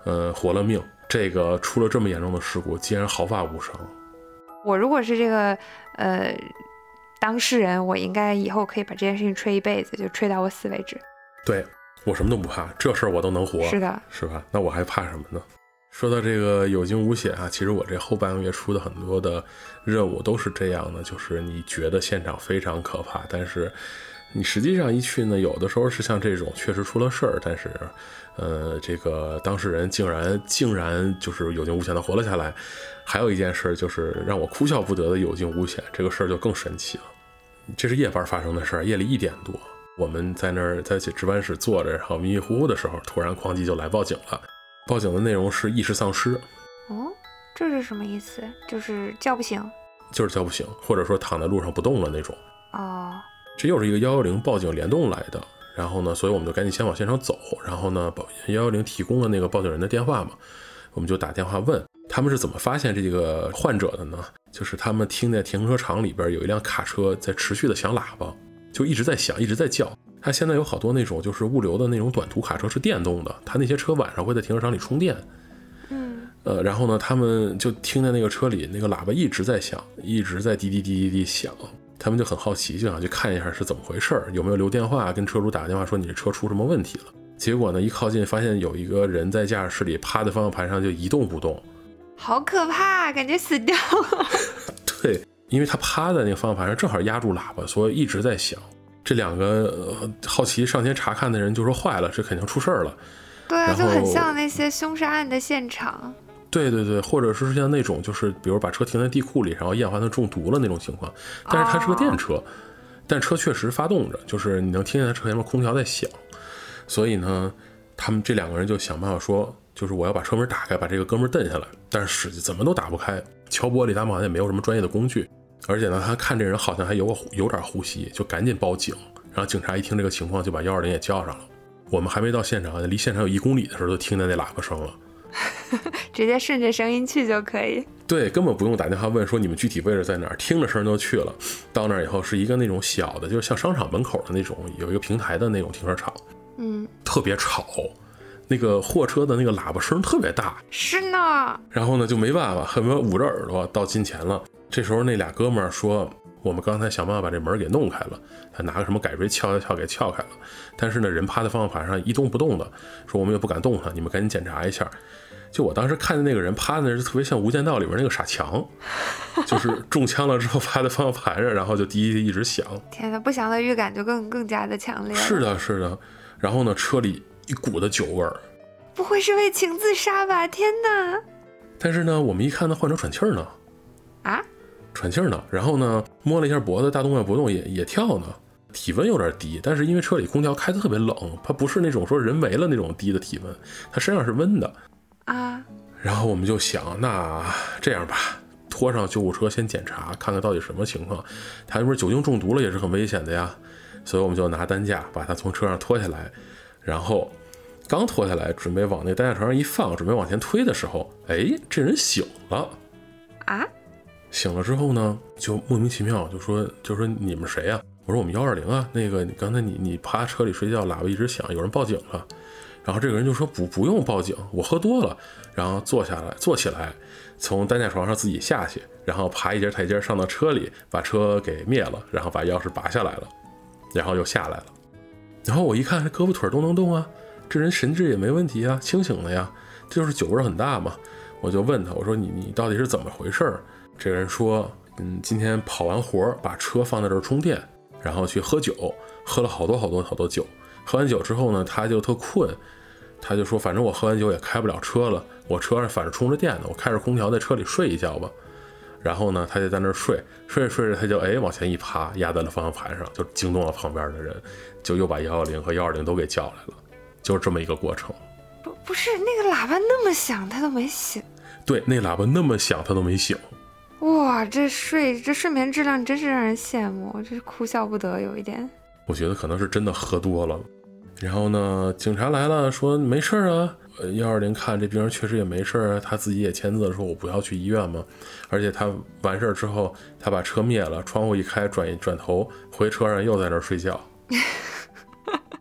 呃，活了命。这个出了这么严重的事故，竟然毫发无伤。 我如果是这个呃当事人，我应该以后可以把这件事情吹一辈子，就吹到我死为止。 对，我什么都不怕，这事儿我都能活。 是的， 是吧？那我还怕什么呢？说到这个有惊无险啊，其实我这后半个月出的很多的任务都是这样的，就是你觉得现场非常可怕，但是你实际上一去呢，有的时候是像这种确实出了事儿，但是呃，这个当事人竟然竟然就是有惊无险的活了下来。还有一件事就是让我哭笑不得的有惊无险，这个事儿就更神奇了。这是夜班发生的事儿，夜里一点多，我们在那儿在值班室坐着，然后迷迷糊糊的时候，突然哐叽就来报警了。报警的内容是意识丧失。 哦，这是什么意思？就是叫不醒？ 就是叫不醒，或者说躺在路上不动了那种。 哦， 这又是一个一一零报警联动来的。然后呢，所以我们就赶紧先往现场走。然后呢，一一零提供了那个报警人的电话嘛，我们就打电话问他们是怎么发现这个患者的呢？就是他们听见停车场里边有一辆卡车在持续的响喇叭，就一直在响，一直在叫。它现在有好多那种就是物流的那种短途卡车是电动的，它那些车晚上会在停车场里充电。 嗯， 呃，然后呢，他们就听见那个车里那个喇叭一直在响，一直在滴滴滴滴滴响。他们就很好奇，就想去看一下是怎么回事，有没有留电话跟车主打个电话说你这车出什么问题了。结果呢，一靠近发现有一个人在驾驶室里趴在方向盘上就一动不动， 好可怕，感觉死掉了。 对，因为他趴在那个方向盘上正好压住喇叭，所以一直在响。这两个、呃、好奇上前查看的人就说坏了，这肯定出事儿了。 对啊，就很像那些凶杀案的现场。 对对对，或者是像那种就是比如把车停在地库里，然后验完它中毒了那种情况。但是它是个电车、哦、但车确实发动着，就是你能听见它车前面空调在响。所以呢，他们这两个人就想办法说，就是我要把车门打开，把这个哥们儿蹬下来，但是使怎么都打不开。敲玻璃他们好像也没有什么专业的工具，而且呢，他看这人好像还有个有点呼吸，就赶紧报警。然后警察一听这个情况，就把一一零也叫上了。我们还没到现场，离现场有一公里的时候，就听见那喇叭声了。 直接顺着声音去就可以。 对，根本不用打电话问说你们具体位置在哪儿，听着声就去了。到那儿以后是一个那种小的，就是像商场门口的那种，有一个平台的那种停车场。 嗯， 特别吵，那个货车的那个喇叭声特别大。 是呢。 然后呢就没办法，恨不得捂着耳朵到近前了。这时候那俩哥们儿说，我们刚才想办法把这门给弄开了，他拿个什么改锥撬一撬给撬开了，但是呢人趴在方向盘上一动不动的，说我们也不敢动他，你们赶紧检查一下。就我当时看见那个人趴在那，是特别像《无间道》里面那个傻强，就是中枪了之后趴在方向盘上，然后就滴滴一直响。 天哪，不祥的预感就更更加的强烈了。 是的，是的。然后呢，车里一股的酒味儿， 不会是为情自杀吧？天哪！ 但是呢，我们一看，那患者喘气儿呢， 啊， 喘气儿呢。然后呢，摸了一下脖子，大动脉搏动也也跳呢，体温有点低，但是因为车里空调开得特别冷，它不是那种说人为了那种低的体温，它身上是温的啊。 然后我们就想，那这样吧，拖上救护车先检查，看看到底什么情况。他不是酒精中毒了，也是很危险的呀。所以我们就拿担架把他从车上拖下来，然后刚拖下来准备往那担架床上一放，准备往前推的时候，哎，这人醒了啊！ 醒了之后呢，就莫名其妙就说就说你们谁啊？我说我们一二零啊，那个刚才你你趴车里睡觉，喇叭一直响，有人报警了。然后这个人就说不不用报警，我喝多了。然后坐下来坐起来，从担架床上自己下去，然后爬一节台阶上到车里，把车给灭了，然后把钥匙拔下来了，然后又下来了。然后我一看，这胳膊腿都能动啊，这人神志也没问题啊，清醒了呀，就是酒味很大嘛。我就问他，我说你你到底是怎么回事？这个人说，嗯，今天跑完活，把车放在这儿充电，然后去喝酒，喝了好多好多好多酒。喝完酒之后呢，他就特困，他就说，反正我喝完酒也开不了车了，我车上反正充着电呢，我开着空调在车里睡一觉吧。然后呢，他就在那儿睡，睡着睡着他就哎往前一趴，压在了方向盘上，就惊动了旁边的人，就又把一一零和一二零都给叫来了，就是这么一个过程。 不不是那个喇叭那么响，他都没醒。 对，那喇叭那么响，他都没醒。 哇，这睡这睡眠质量真是让人羡慕，这是哭笑不得有一点。 我觉得可能是真的喝多了。然后呢，警察来了，说没事啊。一一零看这病人确实也没事啊，他自己也签字说我不要去医院嘛。而且他完事之后，他把车灭了，窗户一开，转转头回车上又在那儿睡觉。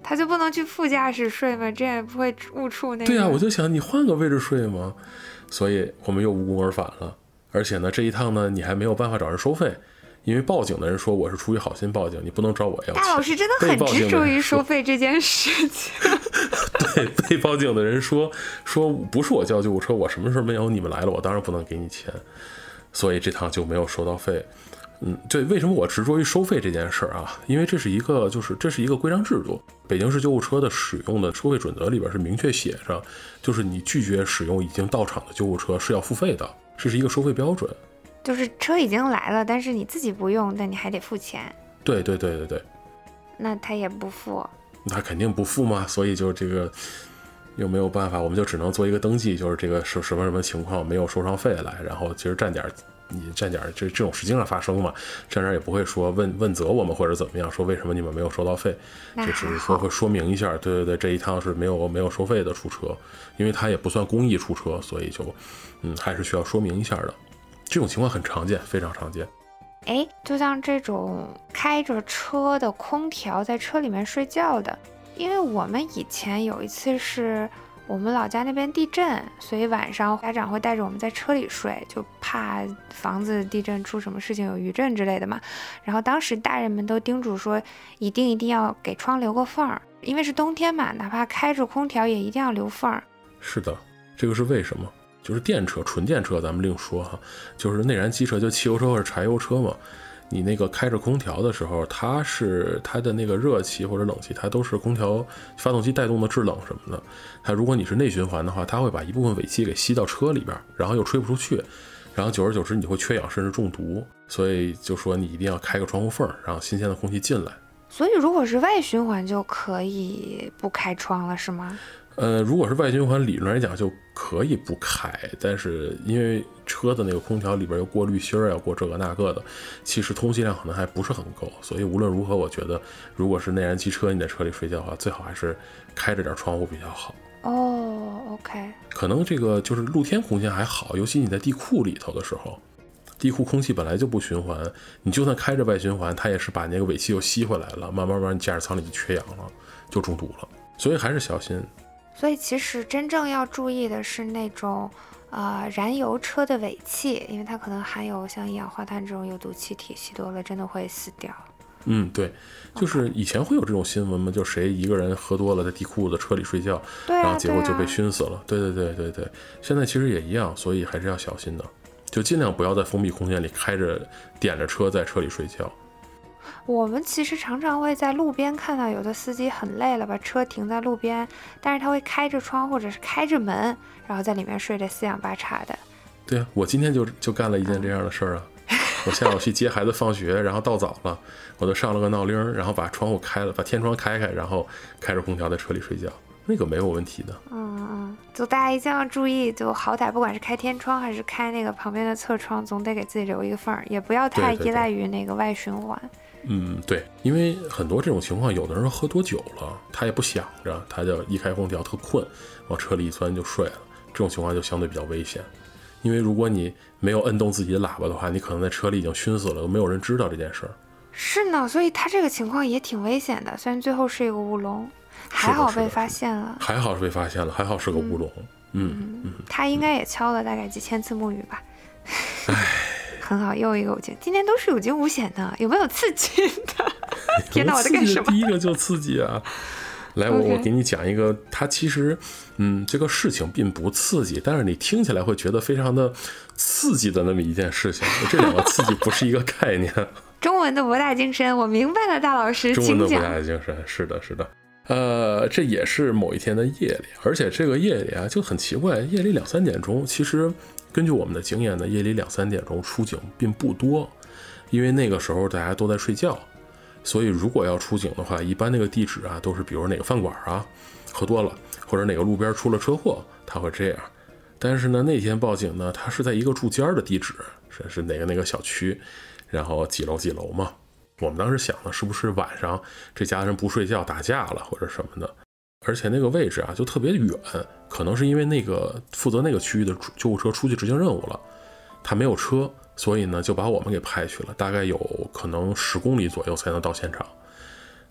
他就不能去副驾驶睡吗？这样也不会误触那个。 对啊，我就想你换个位置睡嘛，所以我们又无功而返了。而且呢，这一趟呢，你还没有办法找人收费，因为报警的人说我是出于好心报警，你不能找我要钱。 大老师真的很执着于收费这件事情。 对，被报警的人说说不是我叫救护车，我什么事没有，你们来了，我当然不能给你钱，所以这趟就没有收到费。嗯，对，为什么我执着于收费这件事儿啊？因为这是一个，就是这是一个规章制度。北京市救护车的使用的收费准则里边是明确写上，就是你拒绝使用已经到场的救护车是要付费的，这是一个收费标准。 就是车已经来了，但是你自己不用，但你还得付钱。 对对对对对。 那他也不付。 他肯定不付嘛，所以就这个又没有办法，我们就只能做一个登记，就是这个是什么什么情况没有收上费来，然后其实占点。你占点这这种事经常发生嘛，站那也不会说问问责我们或者怎么样，说为什么你们没有收到费，就只是说会说明一下，对对对，这一趟是没有没有收费的出车，因为它也不算公益出车，所以就嗯还是需要说明一下的。这种情况很常见，非常常见。 哎，就像这种开着车的空调在车里面睡觉的，因为我们以前有一次是。我们老家那边地震，所以晚上家长会带着我们在车里睡，就怕房子地震出什么事情有余震之类的嘛。然后当时大人们都叮嘱说，一定一定要给窗留个缝儿，因为是冬天嘛，哪怕开着空调也一定要留缝儿。 是的，这个是为什么？就是电车、纯电车咱们另说哈，就是内燃机车，就汽油车或者柴油车嘛。你那个开着空调的时候，它是它的那个热气或者冷气，它都是空调发动机带动的制冷什么的。它如果你是内循环的话，它会把一部分尾气给吸到车里边，然后又吹不出去，然后久而久之你会缺氧甚至中毒。所以就说你一定要开个窗户缝，让新鲜的空气进来。 所以如果是外循环就可以不开窗了是吗？ 呃，如果是外循环，理论来讲就可以不开，但是因为车的那个空调里边有过滤芯儿，要过这个那个的，其实通气量可能还不是很够，所以无论如何，我觉得如果是内燃机车你在车里睡觉的话，最好还是开着点窗户比较好。 哦 ，OK。 可能这个就是露天空间还好，尤其你在地库里头的时候，地库空气本来就不循环，你就算开着外循环，它也是把那个尾气又吸回来了，慢慢慢你驾驶舱里就缺氧了，就中毒了，所以还是小心。 所以其实真正要注意的是那种呃燃油车的尾气，因为它可能含有像一氧化碳这种有毒气体，吸多了真的会死掉。 嗯，对，就是以前会有这种新闻嘛，就谁一个人喝多了在地库的车里睡觉， 对啊， 然后结果就被熏死了。对啊，对对对对对，现在其实也一样，所以还是要小心的，就尽量不要在封闭空间里开着点着车在车里睡觉。 我们其实常常会在路边看到有的司机很累了，把车停在路边，但是他会开着窗或者是开着门，然后在里面睡得四仰八叉的。 对啊，我今天就就干了一件这样的事儿啊。我下午去接孩子放学，然后到早了，我就上了个闹铃，然后把窗户开了，把天窗开开，然后开着空调在车里睡觉，那个没有问题的。 嗯嗯，就大家一定要注意，就好歹不管是开天窗还是开那个旁边的侧窗，总得给自己留一个缝儿，也不要太依赖于那个外循环。对对对， 嗯，对，因为很多这种情况，有的人喝多酒了，他也不想着，他就一开空调特困，往车里一钻就睡了，这种情况就相对比较危险。因为如果你没有摁动自己的喇叭的话，你可能在车里已经熏死了，没有人知道这件事儿。 是呢，所以他这个情况也挺危险的，虽然最后是一个乌龙，还好被发现了。 还好是被发现了，还好是个乌龙。嗯 嗯, 嗯， 他应该也敲了大概几千次木鱼吧。唉，很好，又一个有惊，今天都是有惊无险的，有没有刺激的？天哪，我在干什么？ 第一个就刺激啊！来，我、okay. 我给你讲一个，它其实，嗯，这个事情并不刺激，但是你听起来会觉得非常的刺激的那么一件事情。这两个刺激不是一个概念。 中文的博大精深，我明白了，大老师， 中文的博大精深，是的，是的。呃，这也是某一天的夜里，而且这个夜里啊就很奇怪，夜里两三点钟，其实根据我们的经验呢，夜里两三点钟出警并不多，因为那个时候大家都在睡觉。所以如果要出警的话，一般那个地址啊都是比如哪个饭馆啊喝多了，或者哪个路边出了车祸，他会这样。但是呢，那天报警呢，他是在一个住间的地址，是是哪个哪个小区，然后几楼几楼嘛。我们当时想的是不是晚上这家人不睡觉打架了或者什么的，而且那个位置啊就特别远，可能是因为那个负责那个区域的救护车出去执行任务了，他没有车，所以呢就把我们给派去了，大概有可能十公里左右才能到现场。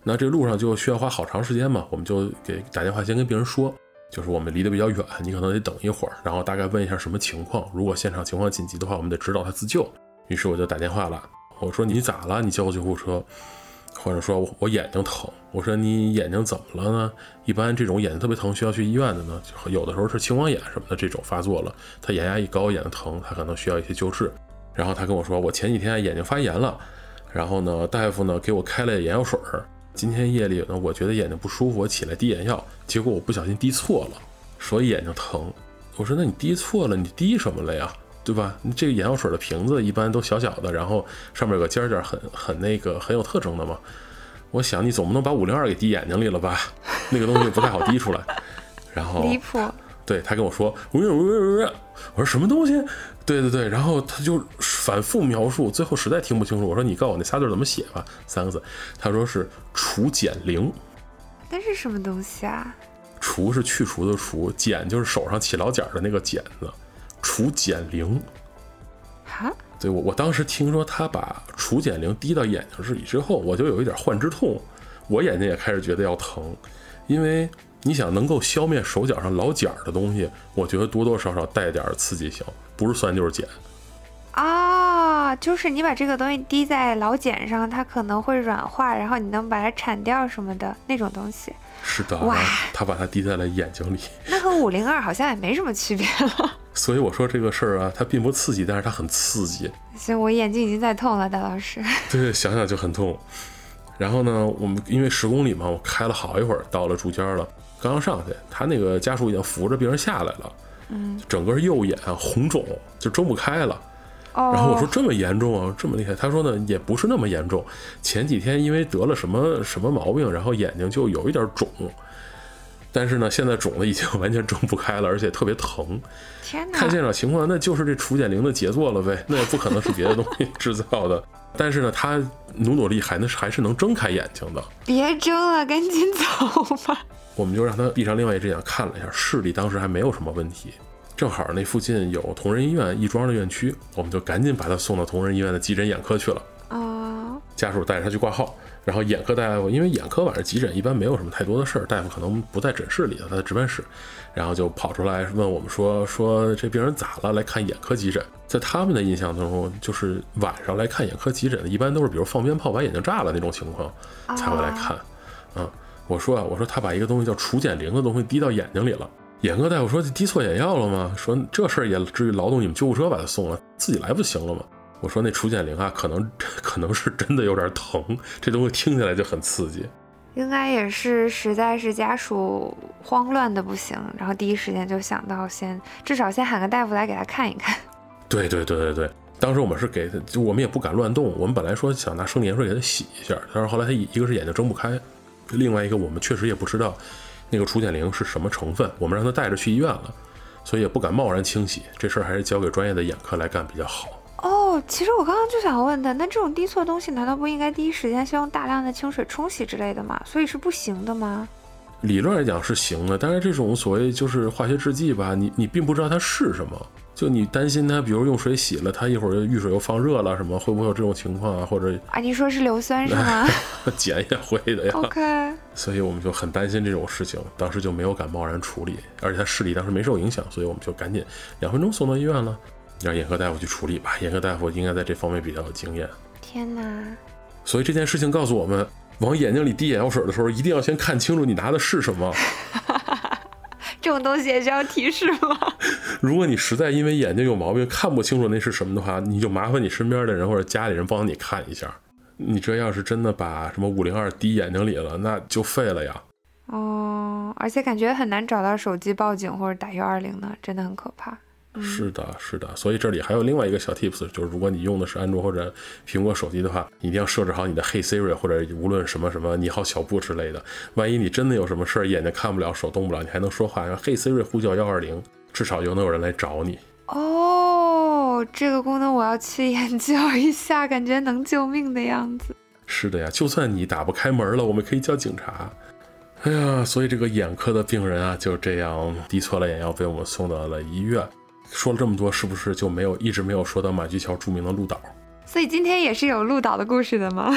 那这路上就需要花好长时间嘛，我们就给打电话先跟病人说，就是我们离得比较远，你可能得等一会儿，然后大概问一下什么情况，如果现场情况紧急的话，我们得指导他自救。于是我就打电话了，我说你咋了？你叫我救护车。或者说我眼睛疼，我说你眼睛怎么了呢？一般这种眼睛特别疼需要去医院的呢，有的时候是青光眼什么的这种发作了，他眼压一高眼睛疼，他可能需要一些救治。然后他跟我说我前几天眼睛发炎了，然后呢大夫呢给我开了眼药水，今天夜里呢我觉得眼睛不舒服，我起来滴眼药，结果我不小心滴错了，所以眼睛疼。我说那你滴错了，你滴什么了呀？对吧？这个眼药水的瓶子一般都小小的，然后上面有个尖尖，很很那个很有特征的嘛。我想你总不能把五零二给滴眼睛里了吧？那个东西不太好滴出来。然后离谱。 对，他跟我说，我说什么东西？对对对，然后他就反复描述，最后实在听不清楚。我说你告诉我那仨字怎么写吧，三个字。他说是除碱灵。 那是什么东西啊？ 除是去除的除，碱就是手上起老茧的那个碱字。除碱灵， 哈， 对我我当时听说他把除碱灵滴到眼睛里之后，我就有一点幻肢痛，我眼睛也开始觉得要疼，因为你想能够消灭手脚上老茧的东西，我觉得多多少少带点刺激性，不是酸就是碱。 啊，就是你把这个东西滴在老茧上，它可能会软化，然后你能把它铲掉什么的那种东西。 是的， 哇， 他把它滴在了眼睛里， 那和五零二好像也没什么区别了。 所以我说这个事儿啊，它并不刺激，但是它很刺激。 所以我眼睛已经在痛了，大老师。 对，想想就很痛。然后呢，我们因为十公里嘛，我开了好一会儿，到了住间了，刚刚上去，他那个家属已经扶着病人下来了，嗯，整个右眼啊红肿，就睁不开了。然后我说这么严重啊，这么厉害？他说呢也不是那么严重，前几天因为得了什么什么毛病，然后眼睛就有一点肿，但是呢现在肿的已经完全睁不开了，而且特别疼。 天哪！ 看现场情况，那就是这除碱灵的杰作了呗，那也不可能是别的东西制造的。但是呢，他努努力还能还是能睁开眼睛的。 别睁了，赶紧走吧。 我们就让他闭上另外一只眼看了一下，视力当时还没有什么问题。正好那附近有同仁医院亦庄的院区，我们就赶紧把他送到同仁医院的急诊眼科去了。 哦， 家属带着他去挂号，然后眼科大夫，因为眼科晚上急诊一般没有什么太多的事儿，大夫可能不在诊室里的，他在值班室，然后就跑出来问我们说说这病人咋了，来看眼科急诊。在他们的印象当中，就是晚上来看眼科急诊的，一般都是比如放鞭炮把眼睛炸了那种情况才会来看。啊、嗯，我说啊，我说他把一个东西叫除碱灵的东西滴到眼睛里了。眼科大夫说滴错眼药了吗？说这事儿也至于劳动你们救护车把他送了，自己来不行了吗？我说那除碱灵啊，可能可能是真的有点疼，这东西听起来就很刺激。 应该也是实在是家属慌乱的不行，然后第一时间就想到先至少先喊个大夫来给他看一看。对对对对对，当时我们是给他，就我们也不敢乱动，我们本来说想拿生理盐水给他洗一下，但是后来他一个是眼睛睁不开，另外一个我们确实也不知道那个除碱灵是什么成分，我们让他带着去医院了，所以也不敢贸然清洗，这事儿还是交给专业的眼科来干比较好。 哦，其实我刚刚就想问的，那这种滴错东西难道不应该第一时间先用大量的清水冲洗之类的吗？所以是不行的吗？ 理论来讲是行的，但是这种所谓就是化学制剂吧，你你并不知道它是什么，就你担心它比如用水洗了，它一会儿浴水又放热了什么，会不会有这种情况啊？或者啊，你说是硫酸是吗？ 碱也会的呀。 OK， 所以我们就很担心这种事情，当时就没有敢贸然处理，而且他视力当时没受影响，所以我们就赶紧两分钟送到医院了，让眼科大夫去处理吧。眼科大夫应该在这方面比较有经验。 天哪！ 所以这件事情告诉我们，往眼睛里滴眼药水的时候，一定要先看清楚你拿的是什么。 这种东西也需要提示吗？ 如果你实在因为眼睛有毛病看不清楚那是什么的话，你就麻烦你身边的人或者家里人帮你看一下。你这要是真的把什么五零二滴眼睛里了，那就废了呀。 哦，而且感觉很难找到手机报警或者打一二零呢，真的很可怕。 是的，是的，所以这里还有另外一个小 tips， 就是如果你用的是安卓或者苹果手机的话，一定要设置好你的 Hey Siri 或者无论什么什么你好小布之类的。万一你真的有什么事儿，眼睛看不了，手动不了，你还能说话，让 Hey Siri 呼叫一二零，至少又能有人来找你。 哦，这个功能我要去研究一下，感觉能救命的样子。 是的呀，就算你打不开门了，我们可以叫警察。哎呀，所以这个眼科的病人啊，就这样滴错了眼药，被我们送到了医院。说了这么多，是不是就没有一直没有说到马驹桥著名的鹿岛？ 所以今天也是有鹿岛的故事的吗？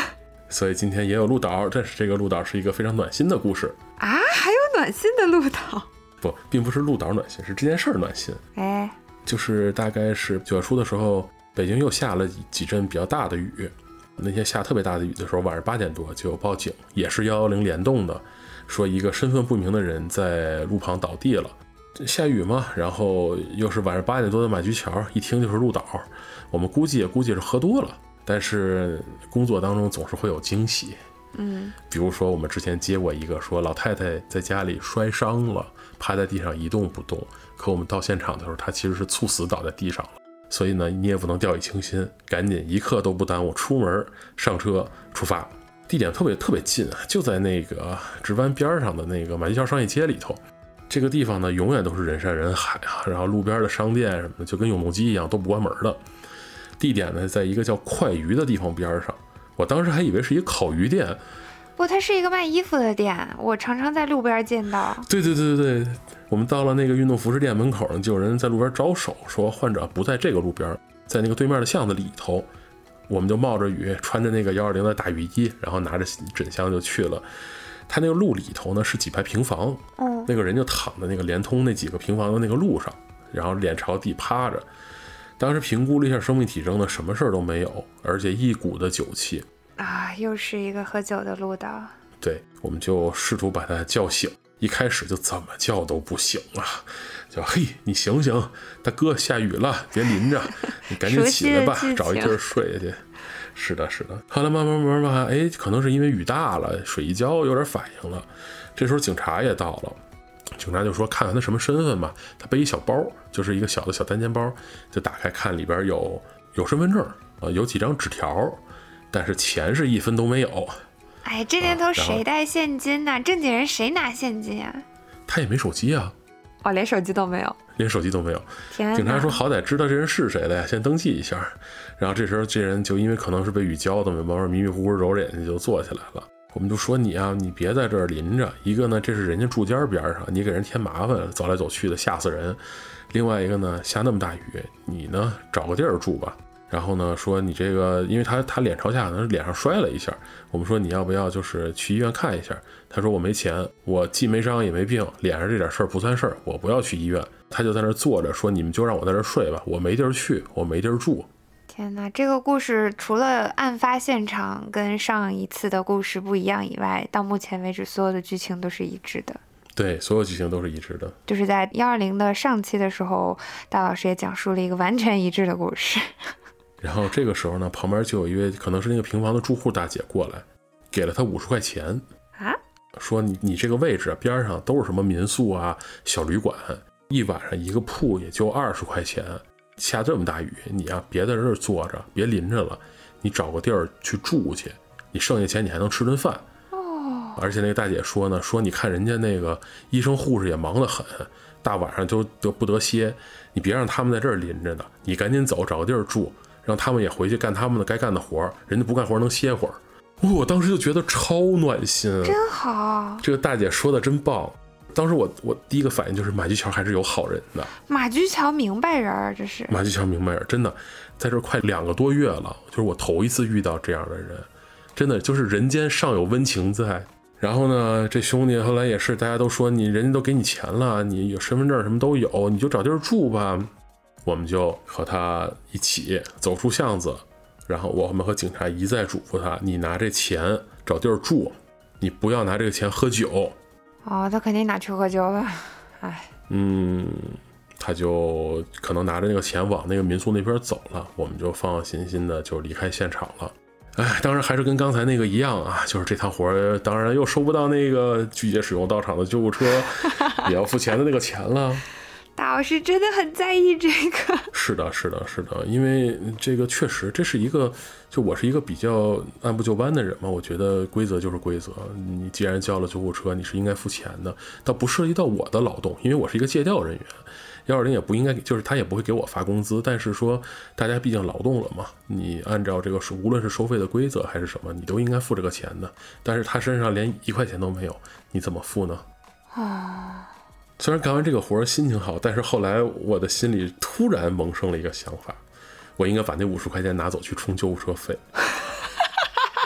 所以今天也有鹿岛，但是这个鹿岛是一个非常暖心的故事啊，还有暖心的鹿岛？ 不，并不是鹿岛暖心，是这件事儿暖心。 哎， 就是大概是九月初的时候，北京又下了几阵比较大的雨。那天下特别大的雨的时候，晚上八点多就有报警，也是一一零联动的，说一个身份不明的人在路旁倒地了。下雨嘛，然后又是晚上八点多的马驹桥，一听就是鹿岛。我们估计也估计是喝多了，但是工作当中总是会有惊喜。 嗯， 比如说我们之前接过一个说老太太在家里摔伤了，趴在地上一动不动，可我们到现场的时候，她其实是猝死倒在地上了。所以呢，你也不能掉以轻心，赶紧一刻都不耽误，出门上车出发。地点特别特别近啊，就在那个直湾边上的那个马驹桥商业街里头。这个地方呢，永远都是人山人海啊，然后路边的商店什么的就跟永动机一样都不关门的。地点呢，在一个叫快鱼的地方边上。我当时还以为是一个烤鱼店， 不，它是一个卖衣服的店，我常常在路边见到。 对对对对对，我们到了那个运动服饰店门口呢，就有人在路边招手，说患者不在这个路边，在那个对面的巷子里头。我们就冒着雨，穿着那个一二零的大雨衣，然后拿着枕箱就去了。他那个路里头呢是几排平房， 嗯， 那个人就躺在那个连通那几个平房的那个路上，然后脸朝地趴着。当时评估了一下生命体征呢，什么事儿都没有，而且一股的酒气啊，又是一个喝酒的鹿岛。 对，我们就试图把他叫醒，一开始就怎么叫都不醒啊，叫嘿你醒醒，大哥下雨了，别淋着，你赶紧起来吧，找一地儿睡下去。是的是的，后来慢慢慢慢哎，可能是因为雨大了，水一浇有点反应了。这时候警察也到了，警察就说看看他什么身份吧，他背一小包，就是一个小的小单肩包，就打开看里边有有身份证啊，有几张纸条，但是钱是一分都没有。 哎，这年头谁带现金呢、啊？正经人谁拿现金啊？ 他也没手机啊。 哦，连手机都没有， 连手机都没有。 天哪！ 警察说好歹知道这人是谁的呀，先登记一下。然后这时候这人就因为可能是被雨浇的，慢慢迷迷糊糊揉着眼睛就坐起来了。我们就说你啊，你别在这儿淋着。一个呢，这是人家住家边上，你给人添麻烦，走来走去的吓死人。另外一个呢，下那么大雨，你呢找个地儿住吧。然后呢说你这个，因为他他脸朝下，可能脸上摔了一下。我们说你要不要就是去医院看一下？他说我没钱，我既没伤也没病，脸上这点事儿不算事儿，我不要去医院。他就在那坐着说你们就让我在这睡吧，我没地儿去，我没地儿住。 天哪，这个故事除了案发现场跟上一次的故事不一样以外，到目前为止所有的剧情都是一致的。 对，所有剧情都是一致的。 就是在一二零的上期的时候，大老师也讲述了一个完全一致的故事。 然后这个时候呢，旁边就有一位可能是那个平房的住户大姐过来，给了他五十块钱啊， 说你你这个位置边上都是什么民宿啊、小旅馆，一晚上一个铺也就二十块钱，下这么大雨，你啊别在这儿坐着，别淋着了，你找个地儿去住去，你剩下钱你还能吃顿饭。 哦， 而且那个大姐说呢，说你看人家那个医生护士也忙得很，大晚上就都不得歇，你别让他们在这儿淋着呢，你赶紧走，找个地儿住。让他们也回去干他们的该干的活，人家不干活能歇会儿。我当时就觉得超暖心， 真好。这个大姐说的真棒。当时我我第一个反应就是马驹桥还是有好人的。 马驹桥明白人，这是马驹桥明白人，真的，在这快两个多月了，就是我头一次遇到这样的人，真的就是人间尚有温情在。然后呢，这兄弟后来也是，大家都说你人家都给你钱了，你有身份证什么都有，你就找地儿住吧。我们就和他一起走出巷子，然后我们和警察一再嘱咐他，你拿这钱找地儿住，你不要拿这个钱喝酒。 哦，他肯定拿去喝酒了。哎， 嗯，他就可能拿着那个钱往那个民宿那边走了，我们就放放心心的就离开现场了。哎，当然还是跟刚才那个一样啊，就是这趟活当然又收不到那个拒绝使用到场的救护车也要付钱的那个钱了。 大老师真的很在意这个。 是的是的是的，因为这个确实这是一个，就我是一个比较按部就班的人嘛，我觉得规则就是规则，你既然叫了救护车你是应该付钱的，倒不涉及到我的劳动，因为我是一个借调人员，一二零也不应该，就是他也不会给我发工资，但是说大家毕竟劳动了嘛，你按照这个无论是收费的规则还是什么，你都应该付这个钱的，但是他身上连一块钱都没有，你怎么付呢？ 啊， 虽然干完这个活心情好，但是后来我的心里突然萌生了一个想法，我应该把那五十块钱拿走去充救护车费。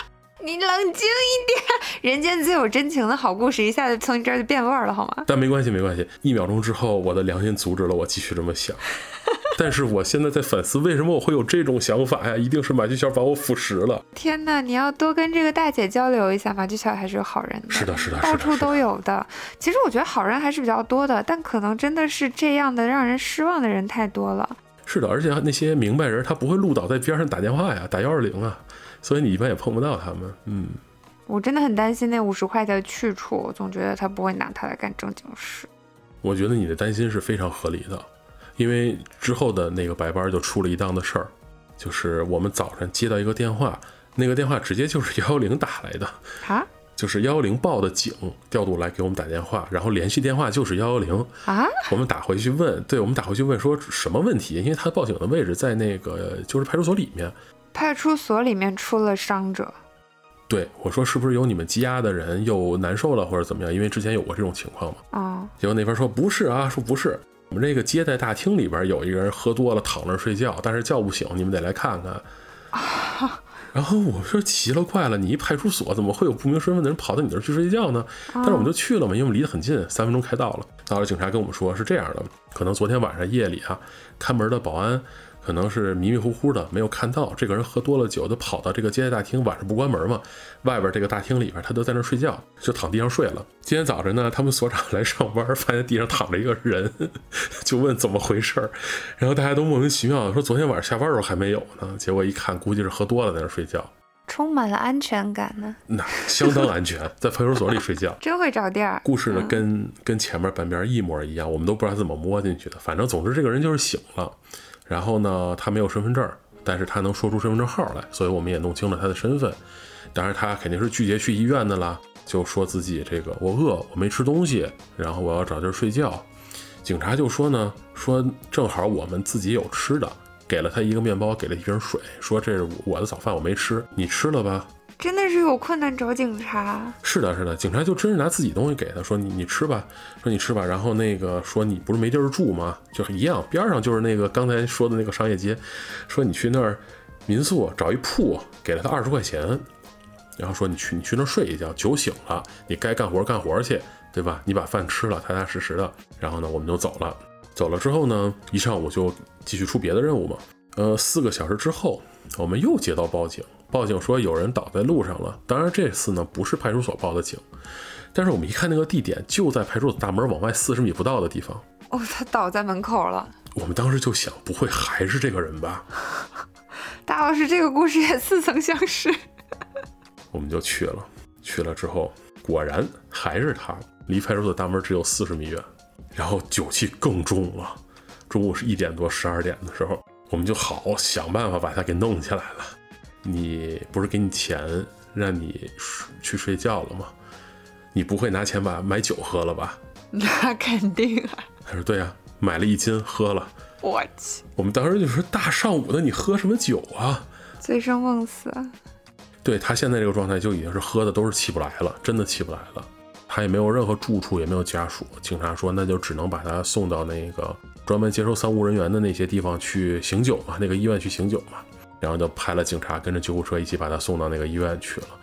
你冷静一点，人间最有真情的好故事一下子从你这儿就变味儿了好吗？ 但没关系没关系，一秒钟之后我的良心阻止了我继续这么想。但是我现在在反思，为什么我会有这种想法呀？一定是马驹桥把我腐蚀了。 天哪，你要多跟这个大姐交流一下，马驹桥还是有好人的。 是的是的， 到处都有的。其实我觉得好人还是比较多的，但可能真的是这样的让人失望的人太多了。 是的，而且那些明白人他不会路倒在边上打电话呀，打幺二零啊，所以你一般也碰不到他们。嗯， 我真的很担心那五十块的去处，我总觉得他不会拿它来干正经事。 我觉得你的担心是非常合理的，因为之后的那个白班就出了一档的事儿，就是我们早上接到一个电话，那个电话直接就是幺幺零打来的啊， 就是幺幺零报的警调度来给我们打电话，然后联系电话就是幺幺零啊， 我们打回去问，对我们打回去问说什么问题，因为他报警的位置在那个就是派出所里面， 派出所里面出了伤者。 对，我说是不是有你们羁押的人又难受了或者怎么样，因为之前有过这种情况嘛。 哦， 结果那边说不是啊，说不是，我们这个接待大厅里边有一个人喝多了躺那睡觉，但是叫不醒，你们得来看看。啊，然后我说奇了怪了，你一派出所怎么会有不明身份的人跑到你那儿去睡觉呢？但是我们就去了嘛，因为我们离得很近，三分钟开到了。到了，警察跟我们说是这样的，可能昨天晚上夜里啊，看门的保安可能是迷迷糊糊的没有看到这个人喝多了酒，就跑到这个接待大厅，晚上不关门嘛，外边这个大厅里边他都在那睡觉，就躺地上睡了。今天早晨呢，他们所长来上班，发现地上躺着一个人，就问怎么回事，然后大家都莫名其妙的说昨天晚上下班的时候还没有呢，结果一看估计是喝多了在那睡觉。 充满了安全感呢， 那相当安全，在派出所里睡觉， 真会找地儿。 故事呢跟、嗯、跟前面半边一模一样，我们都不知道怎么摸进去的，反正总之这个人就是醒了。然后呢，他没有身份证，但是他能说出身份证号来，所以我们也弄清了他的身份。当然他肯定是拒绝去医院的啦，就说自己这个我饿，我没吃东西，然后我要找地儿睡觉。警察就说呢，说正好我们自己有吃的，给了他一个面包，给了一瓶水，说这是我的早饭，我没吃，你吃了吧。 真的是有困难找警察。 是的是的，警察就真是拿自己东西给他，说你你吃吧，说你吃吧，然后那个说你不是没地儿住吗，就一样，边上就是那个刚才说的那个商业街，说你去那儿民宿找一铺，给了他二十块钱，然后说你去你去那儿睡一觉，酒醒了你该干活干活去，对吧，你把饭吃了踏踏实实的。然后呢我们就走了，走了之后呢一上午就继续出别的任务嘛。呃，四个小时之后我们又接到报警，报警说有人倒在路上了。当然这次呢不是派出所报的警，但是我们一看那个地点就在派出所大门往外四十米不到的地方。 哦，他倒在门口了。 我们当时就想，不会还是这个人吧？ 大老师这个故事也似曾相识。 我们就去了，去了之后果然还是他，离派出所大门只有四十米远，然后酒气更重了。中午是一点多十二点的时候，我们就好想办法把他给弄起来了。你不是给你钱让你去睡觉了吗？你不会拿钱把买酒喝了吧？ 那肯定啊。 他说对啊，买了一斤喝了。 我去， 我们当时就说大上午的你喝什么酒啊？ 醉生梦死。 对，他现在这个状态就已经是喝的都是起不来了，真的起不来了。他也没有任何住处，也没有家属。警察说那就只能把他送到那个专门接收丧务人员的那些地方去醒酒嘛，那个医院去醒酒嘛。然后就派了警察跟着救护车一起把他送到那个医院去了。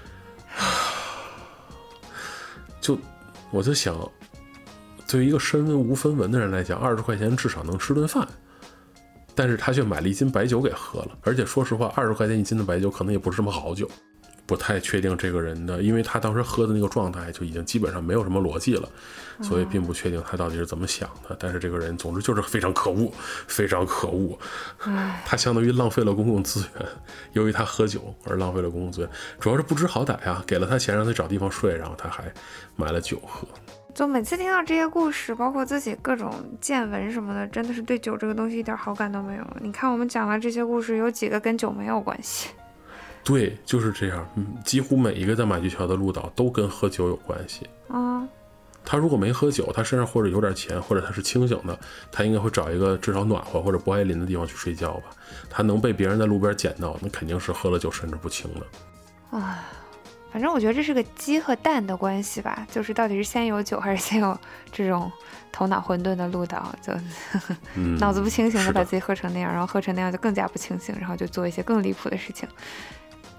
就我就想，对于一个身无分文的人来讲，二十块钱至少能吃顿饭，但是他却买了一斤白酒给喝了。而且说实话，二十块钱一斤的白酒可能也不是什么好酒。不太确定这个人的，因为他当时喝的那个状态就已经基本上没有什么逻辑了，所以并不确定他到底是怎么想的。但是这个人总之就是非常可恶，非常可恶。他相当于浪费了公共资源，由于他喝酒而浪费了公共资源，主要是不知好歹啊，给了他钱让他找地方睡，然后他还买了酒喝。 就每次听到这些故事，包括自己各种见闻什么的，真的是对酒这个东西一点好感都没有。你看我们讲了这些故事，有几个跟酒没有关系？ 对，就是这样。嗯，几乎每一个在马驹桥的鹿岛都跟喝酒有关系啊。 他如果没喝酒，他身上或者有点钱，或者他是清醒的，他应该会找一个至少暖和或者不挨淋的地方去睡觉吧。他能被别人在路边捡到，那肯定是喝了酒神志不清的。 啊，反正我觉得这是个鸡和蛋的关系吧，就是到底是先有酒还是先有这种头脑混沌的鹿岛，就、嗯、脑子不清醒的把自己喝成那样，然后喝成那样就更加不清醒，然后就做一些更离谱的事情。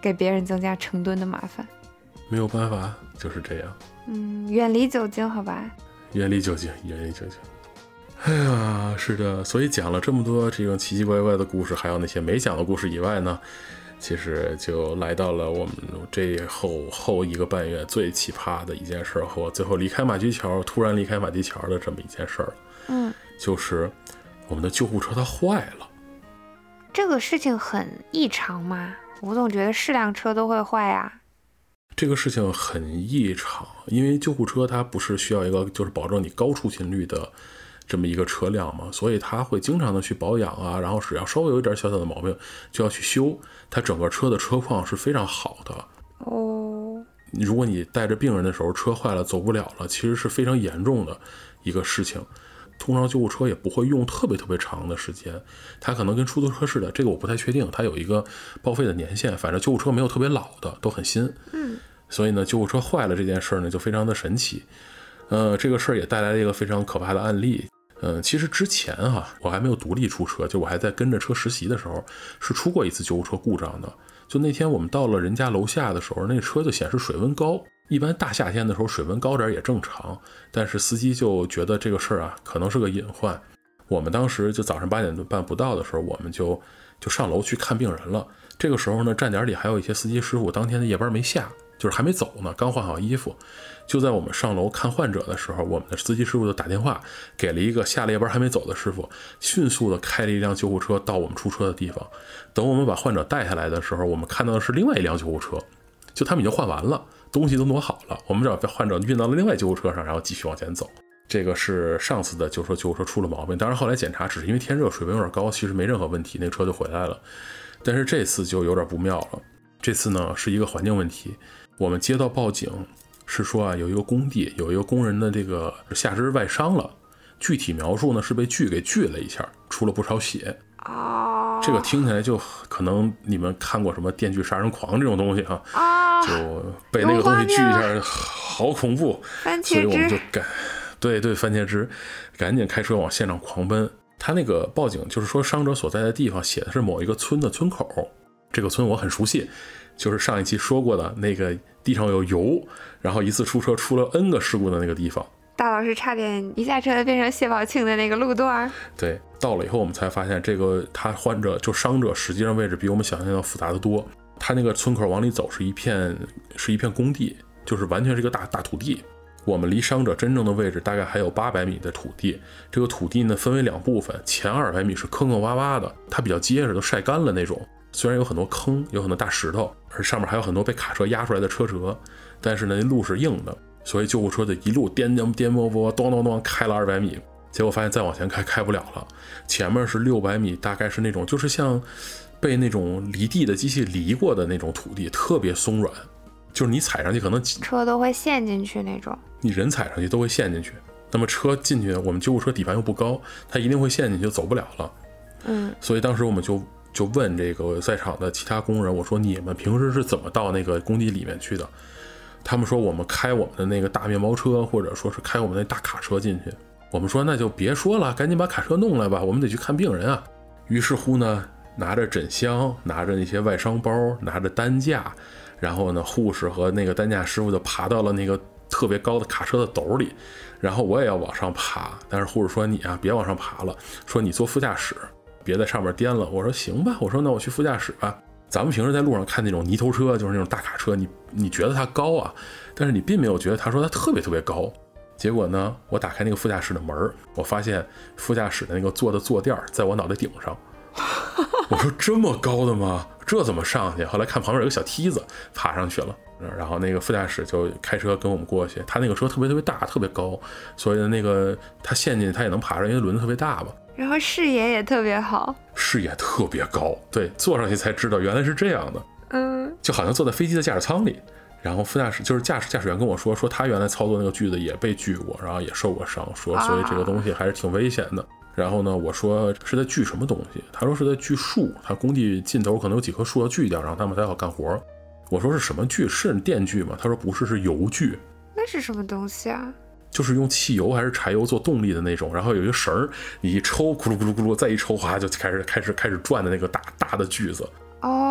给别人增加成吨的麻烦。 没有办法，就是这样。 嗯，远离酒精，好吧？ 远离酒精，远离酒精。哎呀，是的，所以讲了这么多这种奇奇怪怪的故事，还有那些没讲的故事以外呢，其实就来到了我们这后后一个半月最奇葩的一件事，和我最后离开马驹桥，突然离开马驹桥的这么一件事儿。 嗯， 就是我们的救护车它坏了。 这个事情很异常吗？我总觉得是辆车都会坏啊。 这个事情很异常，因为救护车它不是需要一个就是保证你高出勤率的这么一个车辆嘛，所以它会经常的去保养啊，然后只要稍微有一点小小的毛病就要去修，它整个车的车况是非常好的。 哦， 如果你带着病人的时候车坏了走不了了，其实是非常严重的一个事情。通常救护车也不会用特别特别长的时间，它可能跟出租车似的，这个我不太确定，它有一个报废的年限，反正救护车没有特别老的，都很新。 嗯， 所以呢，救护车坏了这件事呢就非常的神奇。呃，这个事儿也带来了一个非常可怕的案例。嗯、呃，其实之前哈、啊，我还没有独立出车，就我还在跟着车实习的时候，是出过一次救护车故障的。就那天我们到了人家楼下的时候，那车就显示水温高。一般大夏天的时候水温高点也正常，但是司机就觉得这个事儿啊可能是个隐患。我们当时就早上八点半不到的时候，我们就就上楼去看病人了。这个时候呢，站点里还有一些司机师傅当天的夜班没下，就是还没走呢，刚换好衣服。就在我们上楼看患者的时候，我们的司机师傅就打电话给了一个下了夜班还没走的师傅，迅速的开了一辆救护车到我们出车的地方。等我们把患者带下来的时候，我们看到的是另外一辆救护车，就他们已经换完了，东西都挪好了，我们只要把患者运到了另外救护车上，然后继续往前走。这个是上次的就说救护车出了毛病，当然后来检查只是因为天热水温有点高，其实没任何问题，那个车就回来了。但是这次就有点不妙了，这次呢是一个环境问题。我们接到报警是说啊，有一个工地有一个工人的这个下肢外伤了，具体描述呢是被锯给锯了一下，出了不少血。 哦， 这个听起来就可能你们看过什么《电锯杀人狂》这种东西啊， 啊， 就被那个东西锯一下，好恐怖。 番茄汁， 所以我们就赶，对对，番茄汁，赶紧开车往现场狂奔。他那个报警就是说伤者所在的地方写的是某一个村的村口，这个村我很熟悉，就是上一期说过的那个地上有油，然后一次出车出了 N 个事故的那个地方。 大老师差点一下车变成谢宝庆的那个路段。 对，到了以后我们才发现，这个他患者就伤者实际上位置比我们想象要复杂的多。他那个村口往里走是一片是一片工地，就是完全是一个大大土地。我们离伤者真正的位置大概还有八百米的土地，这个土地呢分为两部分，前二百米是坑坑洼洼的，它比较结实，都晒干了那种。虽然有很多坑，有很多大石头，而上面还有很多被卡车压出来的车辙，但是呢路是硬的，所以救护车就一路颠颠颠簸簸，咚咚咚开了二百米，结果发现再往前开开不了了，前面是六百米，大概是那种就是像被那种犁地的机器犁过的那种土地，特别松软，就是你踩上去可能车都会陷进去那种， 你人踩上去都会陷进去。那么车进去，我们救护车底盘又不高，它一定会陷进去，就走不了了。 嗯， 所以当时我们就就问这个在场的其他工人，我说你们平时是怎么到那个工地里面去的？他们说我们开我们的那个大面包车，或者说是开我们那大卡车进去。我们说那就别说了，赶紧把卡车弄来吧，我们得去看病人啊。于是乎呢，拿着诊箱，拿着那些外伤包，拿着担架，然后呢护士和那个担架师傅就爬到了那个特别高的卡车的斗里，然后我也要往上爬，但是护士说你啊别往上爬了，说你坐副驾驶，别在上面颠了。我说行吧，我说那我去副驾驶吧。咱们平时在路上看那种泥头车，就是那种大卡车，你你觉得它高啊，但是你并没有觉得他说它特别特别高。结果呢，我打开那个副驾驶的门，我发现副驾驶的那个坐的坐垫在我脑袋顶上。我说这么高的吗？这怎么上去？后来看旁边有个小梯子，爬上去了。然后那个副驾驶就开车跟我们过去，他那个车特别特别大，特别高，所以那个他陷进去他也能爬上，因为轮子特别大嘛。 然后视野也特别好， 视野特别高，对，坐上去才知道原来是这样的。 嗯， 就好像坐在飞机的驾驶舱里。然后副驾驶就是驾驶驾驶员跟我说，说他原来操作那个锯子也被锯过，然后也受过伤，说所以这个东西还是挺危险的。然后呢，我说是在锯什么东西？他说是在锯树，他工地尽头可能有几棵树要锯掉，然后他们才好干活。我说是什么锯？是电锯吗？他说不是，是油锯。 那是什么东西啊？ 就是用汽油还是柴油做动力的那种，然后有一个绳，你一抽，咕噜咕噜咕噜，再一抽，哗就开始开始开始转的那个大大的锯子。 哦，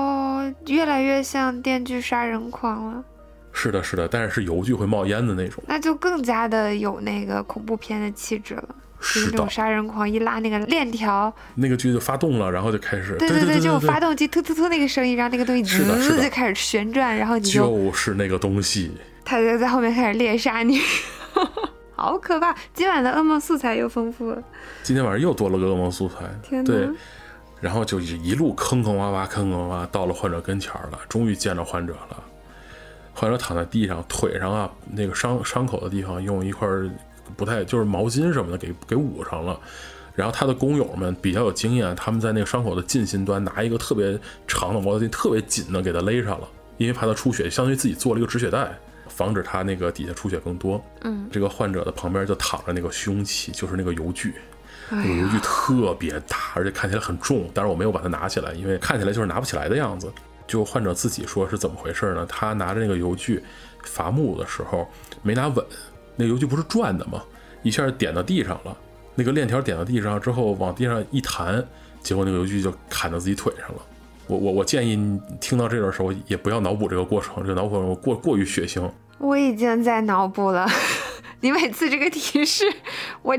越来越像电锯杀人狂了。 是的是的，但是是油锯会冒烟的那种， 那就更加的有那个恐怖片的气质了。 是的， 那种杀人狂一拉那个链条， 那个锯就发动了，然后就开始， 对对对, 对, 对, 对， 就有发动机突突突那个声音，然后那个东西滋就开始旋转，然后你就就是那个东西， 他就在后面开始猎杀你。好可怕！今晚的噩梦素材又丰富了， 今天晚上又多了个噩梦素材。 天哪！ 对，然后就一路坑坑洼洼，坑坑洼洼，到了患者跟前了，终于见着患者了。患者躺在地上，腿上啊那个伤伤口的地方用一块不太就是毛巾什么的给给捂上了。然后他的工友们比较有经验，他们在那个伤口的近心端拿一个特别长的毛巾，特别紧的给他勒上了，因为怕他出血，相当于自己做了一个止血带，防止他那个底下出血更多。 嗯， 这个患者的旁边就躺着那个凶器，就是那个油锯。那个油锯特别大，而且看起来很重，但是我没有把它拿起来，因为看起来就是拿不起来的样子。就患者自己说是怎么回事呢？他拿着那个油锯伐木的时候没拿稳，那个油锯不是转的吗？一下点到地上了，那个链条点到地上之后往地上一弹，结果那个油锯就砍到自己腿上了。我我我建议你听到这段时候也不要脑补这个过程，这个脑补过过于血腥。 我已经在脑补了，你每次这个提示，我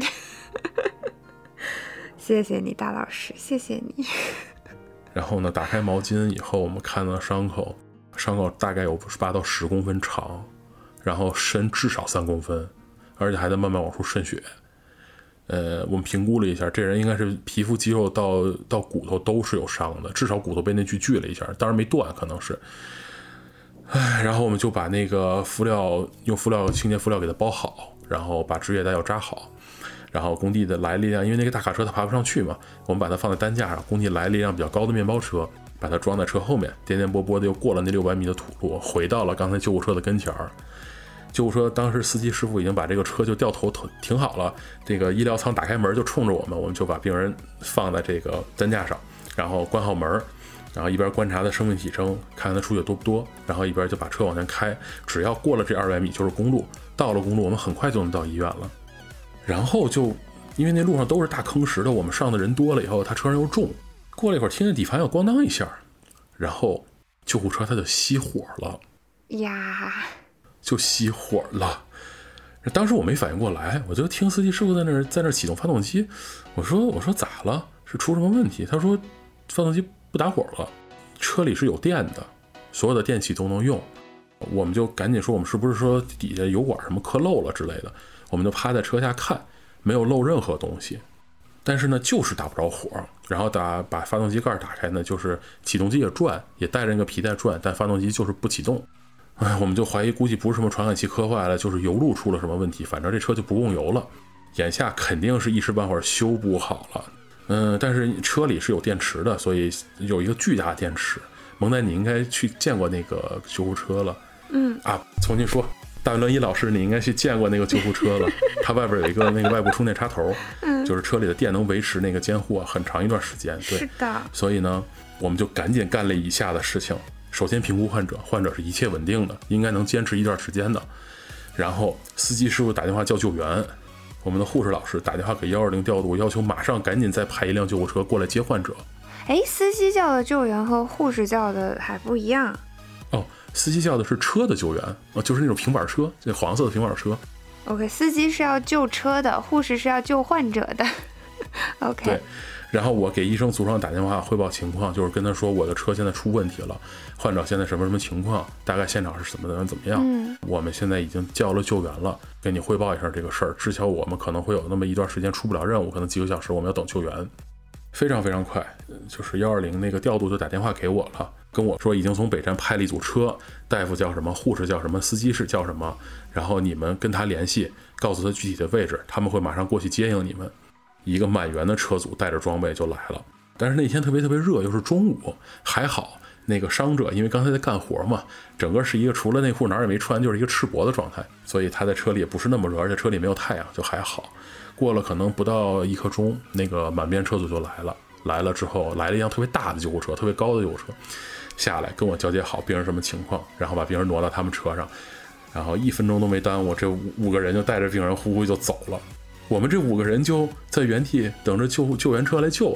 谢谢你大老师，谢谢你。 然后呢，打开毛巾以后，我们看到伤口，伤口大概有八到十公分长，然后深至少三公分，而且还在慢慢往出渗血。呃，我们评估了一下，这人应该是皮肤、肌肉到到骨头都是有伤的，至少骨头被那锯锯了一下，当然没断，可能是。唉，然后我们就把那个敷料用敷料清洁敷料给它包好，然后把止血带要扎好。然后工地的来了一辆，因为那个大卡车它爬不上去嘛，我们把它放在担架上。工地来了一辆比较高的面包车，把它装在车后面，颠颠簸簸的又过了那六百米的土路，回到了刚才救护车的跟前儿。救护车当时司机师傅已经把这个车就掉头停好了，这个医疗舱打开门就冲着我们，我们就把病人放在这个担架上，然后关好门，然后一边观察他生命体征，看看他出血多不多，然后一边就把车往前开。只要过了这二百米就是公路，到了公路我们很快就能到医院了。然后就因为那路上都是大坑石的，我们上的人多了以后，他车上又重，过了一会儿听见底盘要咣当一下，然后救护车它就熄火了呀， 就熄火了。当时我没反应过来，我就听司机师傅在那在那启动发动机，我说我说咋了？是出什么问题？他说发动机不打火了，车里是有电的，所有的电器都能用。我们就赶紧说我们是不是说底下油管什么磕漏了之类的，我们就趴在车下看，没有漏任何东西，但是呢就是打不着火。然后打把发动机盖打开呢，就是启动机也转，也带着那个皮带转，但发动机就是不启动。哎，我们就怀疑估计不是什么传感器磕坏了，就是油路出了什么问题，反正这车就不供油了，眼下肯定是一时半会儿修不好了。嗯，但是车里是有电池的，所以有一个巨大的电池。蒙仔你应该去见过那个救护车了。 嗯啊，重新说，大伦一老师你应该去见过那个救护车了，它外边有一个那个外部充电插头， 嗯， 就是车里的电能维持那个监护很长一段时间。对， 是的。 所以呢，我们就赶紧干了以下的事情。首先评估患者，患者是一切稳定的，应该能坚持一段时间的。然后司机师傅打电话叫救援，我们的护士老师打电话给一二零调度，要求马上赶紧再派一辆救护车过来接患者。 哎，司机叫的救援和护士叫的还不一样。 哦，司机叫的是车的救援，哦，就是那种平板车，这黄色的平板车。 OK， 司机是要救车的，护士是要救患者的。OK。 对。然后我给医生组长打电话汇报情况，就是跟他说我的车现在出问题了，患者现在什么什么情况，大概现场是怎么怎么怎么样。 嗯， 我们现在已经叫了救援了，跟你汇报一下这个事儿，知晓我们可能会有那么一段时间出不了任务，可能几个小时我们要等救援。非常非常快，就是一二零那个调度就打电话给我了，跟我说已经从北站派了一组车，大夫叫什么，护士叫什么，司机是叫什么，然后你们跟他联系，告诉他具体的位置，他们会马上过去接应你们。一个满员的车组带着装备就来了，但是那天特别特别热，又是中午，还好那个伤者因为刚才在干活嘛，整个是一个除了内裤哪儿也没穿，就是一个赤膊的状态，所以他在车里也不是那么热，而且车里没有太阳，就还好。过了可能不到一刻钟，那个满编车组就来了，来了之后来了一辆特别大的救护车，特别高的救护车，下来跟我交接好病人什么情况，然后把病人挪到他们车上，然后一分钟都没耽误，这五个人就带着病人呼呼就走了。我们这五个人就在原地等着救救援车来救，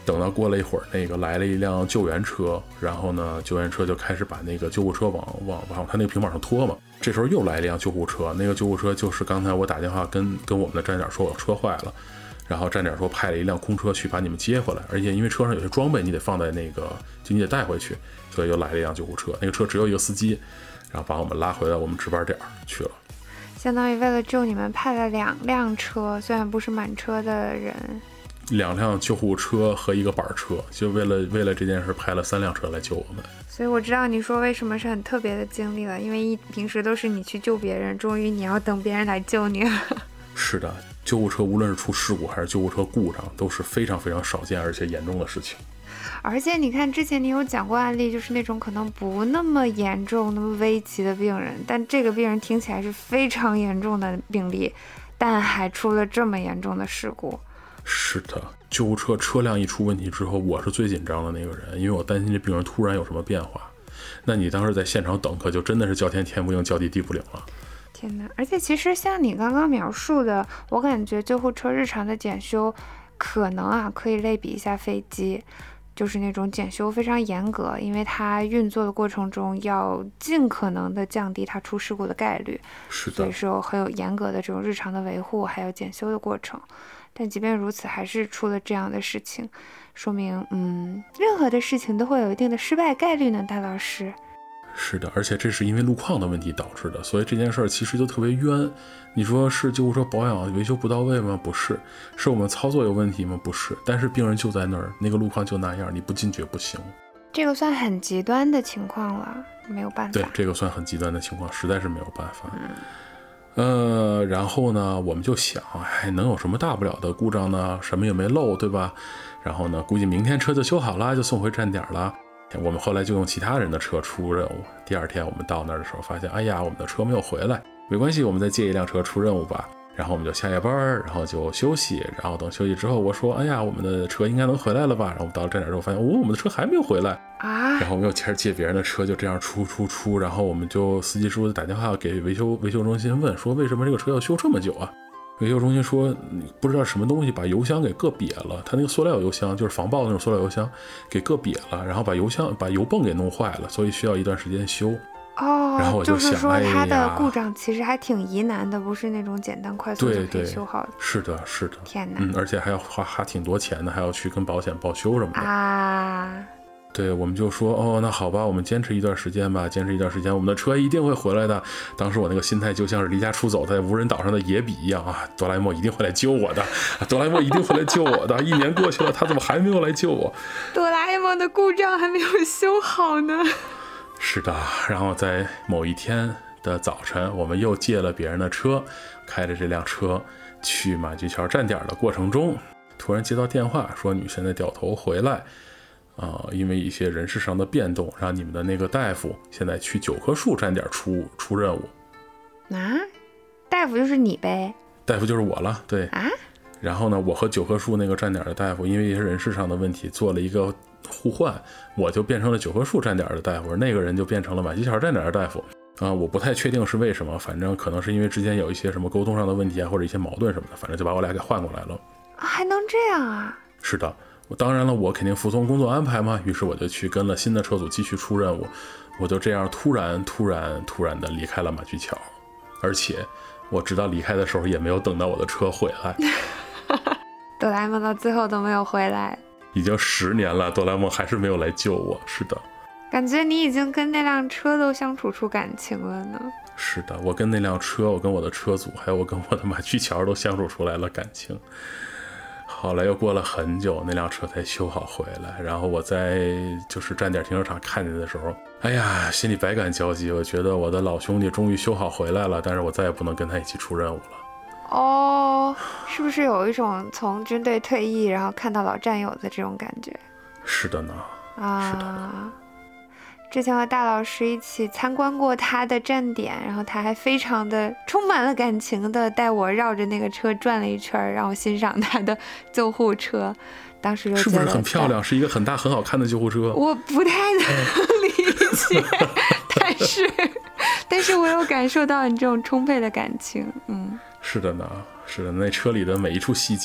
等到过了一会儿，那个来了一辆救援车，然后呢，救援车就开始把那个救护车往往往他那个平板上拖嘛。这时候又来了一辆救护车，那个救护车就是刚才我打电话跟跟我们的站点说我车坏了，然后站点说派了一辆空车去把你们接回来，而且因为车上有些装备你得放在那个，就你得带回去，所以又来了一辆救护车。那个车只有一个司机，然后把我们拉回到我们值班点去了。 相当于为了救你们派了两辆车，虽然不是满车的人。 两辆救护车和一个板车，就为了为了这件事派了三辆车来救我们。 所以我知道你说为什么是很特别的经历了，因为一平时都是你去救别人，终于你要等别人来救你了。 是的，救护车无论是出事故还是救护车故障都是非常非常少见而且严重的事情。 而且你看之前你有讲过案例，就是那种可能不那么严重那么危急的病人，但这个病人听起来是非常严重的病例，但还出了这么严重的事故。 是的，救护车车辆一出问题之后，我是最紧张的那个人，因为我担心这病人突然有什么变化。那你当时在现场等，可就真的是叫天天不应，叫地地不灵了。 天哪！而且其实像你刚刚描述的，我感觉救护车日常的检修，可能啊可以类比一下飞机，就是那种检修非常严格，因为它运作的过程中要尽可能的降低它出事故的概率， 是的， 所以是有很有严格的这种日常的维护还有检修的过程。但即便如此，还是出了这样的事情，说明嗯，任何的事情都会有一定的失败概率呢，大老师。 是的，而且这是因为路况的问题导致的，所以这件事儿其实就特别冤。你说是救护车保养维修不到位吗？不是。是我们操作有问题吗？不是。但是病人就在那儿，那个路况就那样，你不进去不行。 这个算很极端的情况了，没有办法。 对，这个算很极端的情况，实在是没有办法。嗯。呃，然后呢，我们就想，哎，能有什么大不了的故障呢？什么也没漏，对吧？然后呢，估计明天车就修好了，就送回站点了。我们后来就用其他人的车出任务。第二天我们到那儿的时候，发现，哎呀，我们的车没有回来。没关系，我们再借一辆车出任务吧。然后我们就下夜班，然后就休息。然后等休息之后，我说，哎呀，我们的车应该能回来了吧？然后我们到了站点之后，发现，哦，我们的车还没有回来啊。然后我们又接着借别人的车，就这样出出出。然后我们就司机叔打电话给维修维修中心问，说为什么这个车要修这么久啊？维修中心说不知道什么东西把油箱给硌瘪了，他那个塑料油箱就是防爆的那种塑料油箱给硌瘪了，然后把油箱把油泵给弄坏了，所以需要一段时间修。 哦， 然后我就想， 就是说它的故障其实还挺疑难的，不是那种简单快速就可以修好的。 是的，是的。 天哪！ 嗯，而且还要花花挺多钱的，还要去跟保险报修什么的啊。 对，我们就说，哦，那好吧，我们坚持一段时间吧，坚持一段时间，我们的车一定会回来的。当时我那个心态就像是离家出走在无人岛上的野比一样啊，哆啦 A 梦一定会来救我的，哆啦 A 梦一定会来救我的。一年过去了，他怎么还没有来救我？ 哆啦 A 梦的故障还没有修好呢。 是的，然后在某一天的早晨，我们又借了别人的车，开着这辆车去马驹桥站点的过程中，突然接到电话说女现在掉头回来啊、呃，因为一些人事上的变动，让你们的那个大夫现在去九棵树站点出出任务。 啊，大夫就是你呗？ 大夫就是我了，对啊。然后呢，我和九棵树那个站点的大夫，因为一些人事上的问题，做了一个互换，我就变成了九棵树站点的大夫，那个人就变成了马驹桥站点的大夫。啊、呃，我不太确定是为什么，反正可能是因为之间有一些什么沟通上的问题啊，或者一些矛盾什么的，反正就把我俩给换过来了。 啊，还能这样啊？ 是的。当然了，我肯定服从工作安排嘛，于是我就去跟了新的车组继续出任务。我就这样突然突然突然的离开了马驹桥，而且我直到离开的时候也没有等到我的车回来。 哆啦 A 梦到最后都没有回来， 已经十年了，哆啦 A 梦还是没有来救我。是的， 感觉你已经跟那辆车都相处出感情了呢。 是的，我跟那辆车，我跟我的车组，还有我跟我的马驹桥都相处出来了感情。后来又过了很久，那辆车才修好回来。然后我在就是站点停车场看见的时候，哎呀，心里百感交集。我觉得我的老兄弟终于修好回来了，但是我再也不能跟他一起出任务了。 哦，是不是有一种从军队退役然后看到老战友的这种感觉？ 是的呢， 啊， 是的呢。 之前和大老师一起参观过他的站点，然后他还非常的充满了感情的带我绕着那个车转了一圈，让我欣赏他的救护车。当时就觉得是不是很漂亮，是一个很大很好看的救护车？ 我不太能理解，但是但是我有感受到你这种充沛的感情。嗯， 是的呢，是的，那车里的每一处细节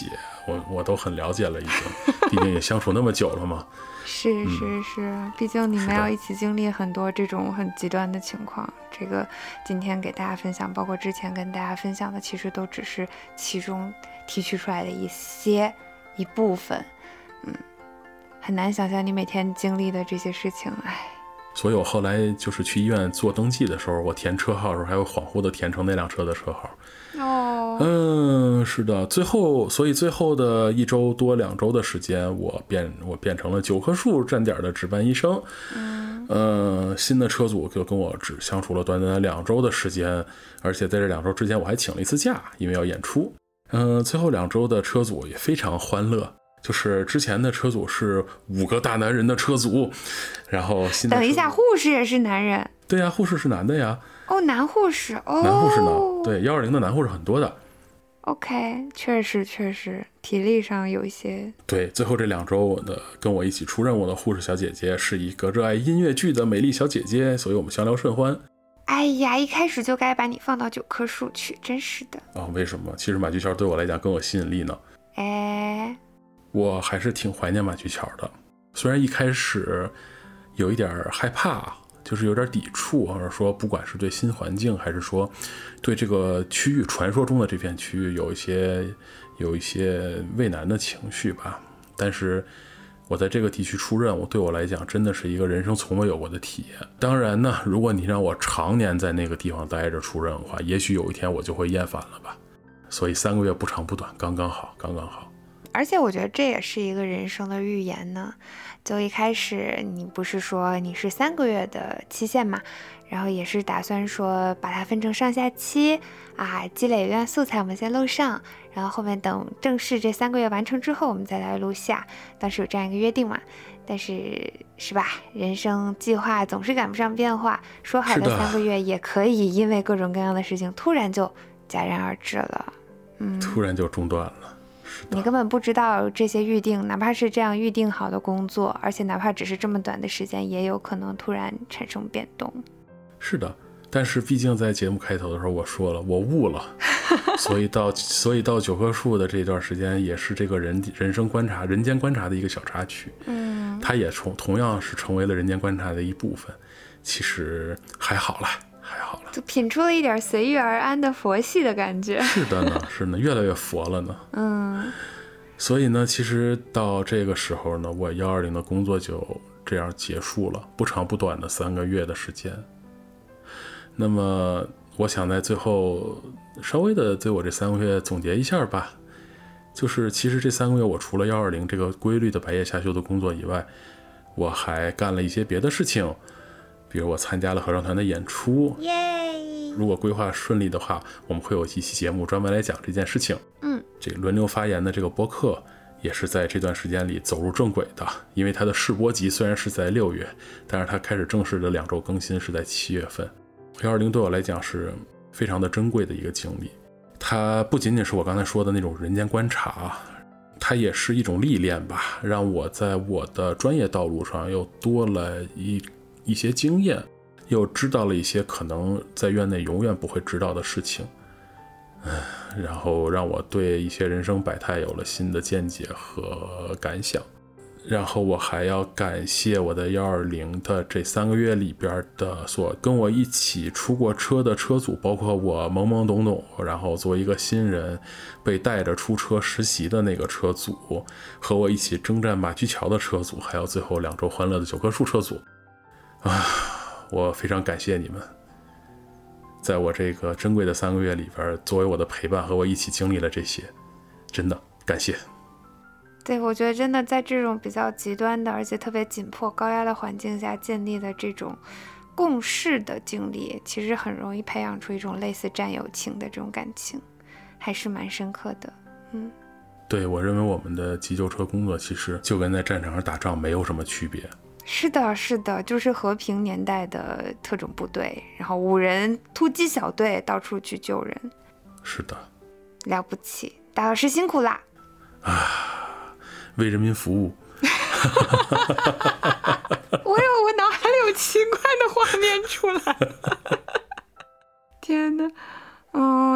我我都很了解了已经，毕竟也相处那么久了嘛。 是是是、嗯、毕竟你们要一起经历很多这种很极端的情况，这个今天给大家分享，包括之前跟大家分享的，其实都只是其中提取出来的一些一部分。嗯，很难想象你每天经历的这些事情，哎。 所以我后来就是去医院做登记的时候，我填车号的时候还会恍惚的填成那辆车的车号。 哦， 嗯，是的，最后，所以最后的一周多两周的时间，我变我变成了九棵树站点的值班医生。嗯，呃，新的车组就跟我只相处了短短两周的时间，而且在这两周之前我还请了一次假，因为要演出。嗯、呃，最后两周的车组也非常欢乐。就是之前的车组是五个大男人的车组，然后新的等一下，护士也是男人？ 对呀，护士是男的呀。 哦，男护士哦， 男护士呢？对，一二零的男护士很多的。 OK， 确实确实，体力上有一些。 对，最后这两周的跟我一起出任务的护士小姐姐是一个热爱音乐剧的美丽小姐姐，所以我们相聊甚欢。 哎呀，一开始就该把你放到九棵树去，真是的。 哦，为什么？其实马驹桥对我来讲更有吸引力呢。 哎。 我还是挺怀念马驹桥的，虽然一开始有一点害怕，就是有点抵触，或者说不管是对新环境，还是说对这个区域传说中的这片区域有一些有一些畏难的情绪吧。但是我在这个地区出任务，对我来讲真的是一个人生从未有过的体验。当然呢，如果你让我常年在那个地方待着出任务的话，也许有一天我就会厌烦了吧。所以三个月不长不短，刚刚好，刚刚好。 而且我觉得这也是一个人生的预言呢。就一开始你不是说你是三个月的期限嘛，然后也是打算说把它分成上下期啊，积累一段素材我们先录上，然后后面等正式这三个月完成之后我们再来录下，当时有这样一个约定嘛。但是是吧，人生计划总是赶不上变化，说好的三个月也可以因为各种各样的事情突然就戛然而止了。嗯， 突然就中断了。 你根本不知道这些预定，哪怕是这样预定好的工作，而且哪怕只是这么短的时间，也有可能突然产生变动。 是的，但是毕竟在节目开头的时候我说了，我悟了，所以到所以到九棵树的这段时间，也是这个人人生观察、人间观察的一个小插曲。嗯，它也从同样是成为了人间观察的一部分。其实还好了。还好了， 就品出了一点随遇而安的佛系的感觉。 是的呢，是呢，越来越佛了呢。嗯，所以呢，其实到这个时候呢，我幺二零的工作就这样结束了，不长不短的三个月的时间。那么，我想在最后稍微的对我这三个月总结一下吧。就是其实这三个月，我除了幺二零这个规律的白夜下休的工作以外，我还干了一些别的事情。比如我参加了合唱团的演出，耶！如果规划顺利的话，我们会有一期节目专门来讲这件事情。嗯，这轮流发言的这个播客也是在这段时间里走入正轨的，因为它的试播集虽然是在六月，但是它开始正式的两周更新是在七月份。幺二零对我来讲是非常的珍贵的一个经历，它不仅仅是我刚才说的那种人间观察，它也是一种历练吧，让我在我的专业道路上又多了一一些经验，又知道了一些可能在院内永远不会知道的事情，然后让我对一些人生百态有了新的见解和感想。然后我还要感谢我的幺二零的这三个月里边的所跟我一起出过车的车组，包括我懵懵懂懂然后作为一个新人被带着出车实习的那个车组，和我一起征战马驹桥的车组，还有最后两周欢乐的九棵树车组啊，我非常感谢你们，在我这个珍贵的三个月里边，作为我的陪伴和我一起经历了这些，真的感谢。 对，我觉得真的在这种比较极端的而且特别紧迫高压的环境下建立的这种共事的经历，其实很容易培养出一种类似战友情的这种感情，还是蛮深刻的。嗯， 对，我认为我们的急救车工作其实就跟在战场上打仗没有什么区别。 是的，是的，就是和平年代的特种部队，然后五人突击小队到处去救人。 是的， 了不起，大老师辛苦啦！ 啊，为人民服务。 我有，我脑海里有奇怪的画面出来。天哪，嗯，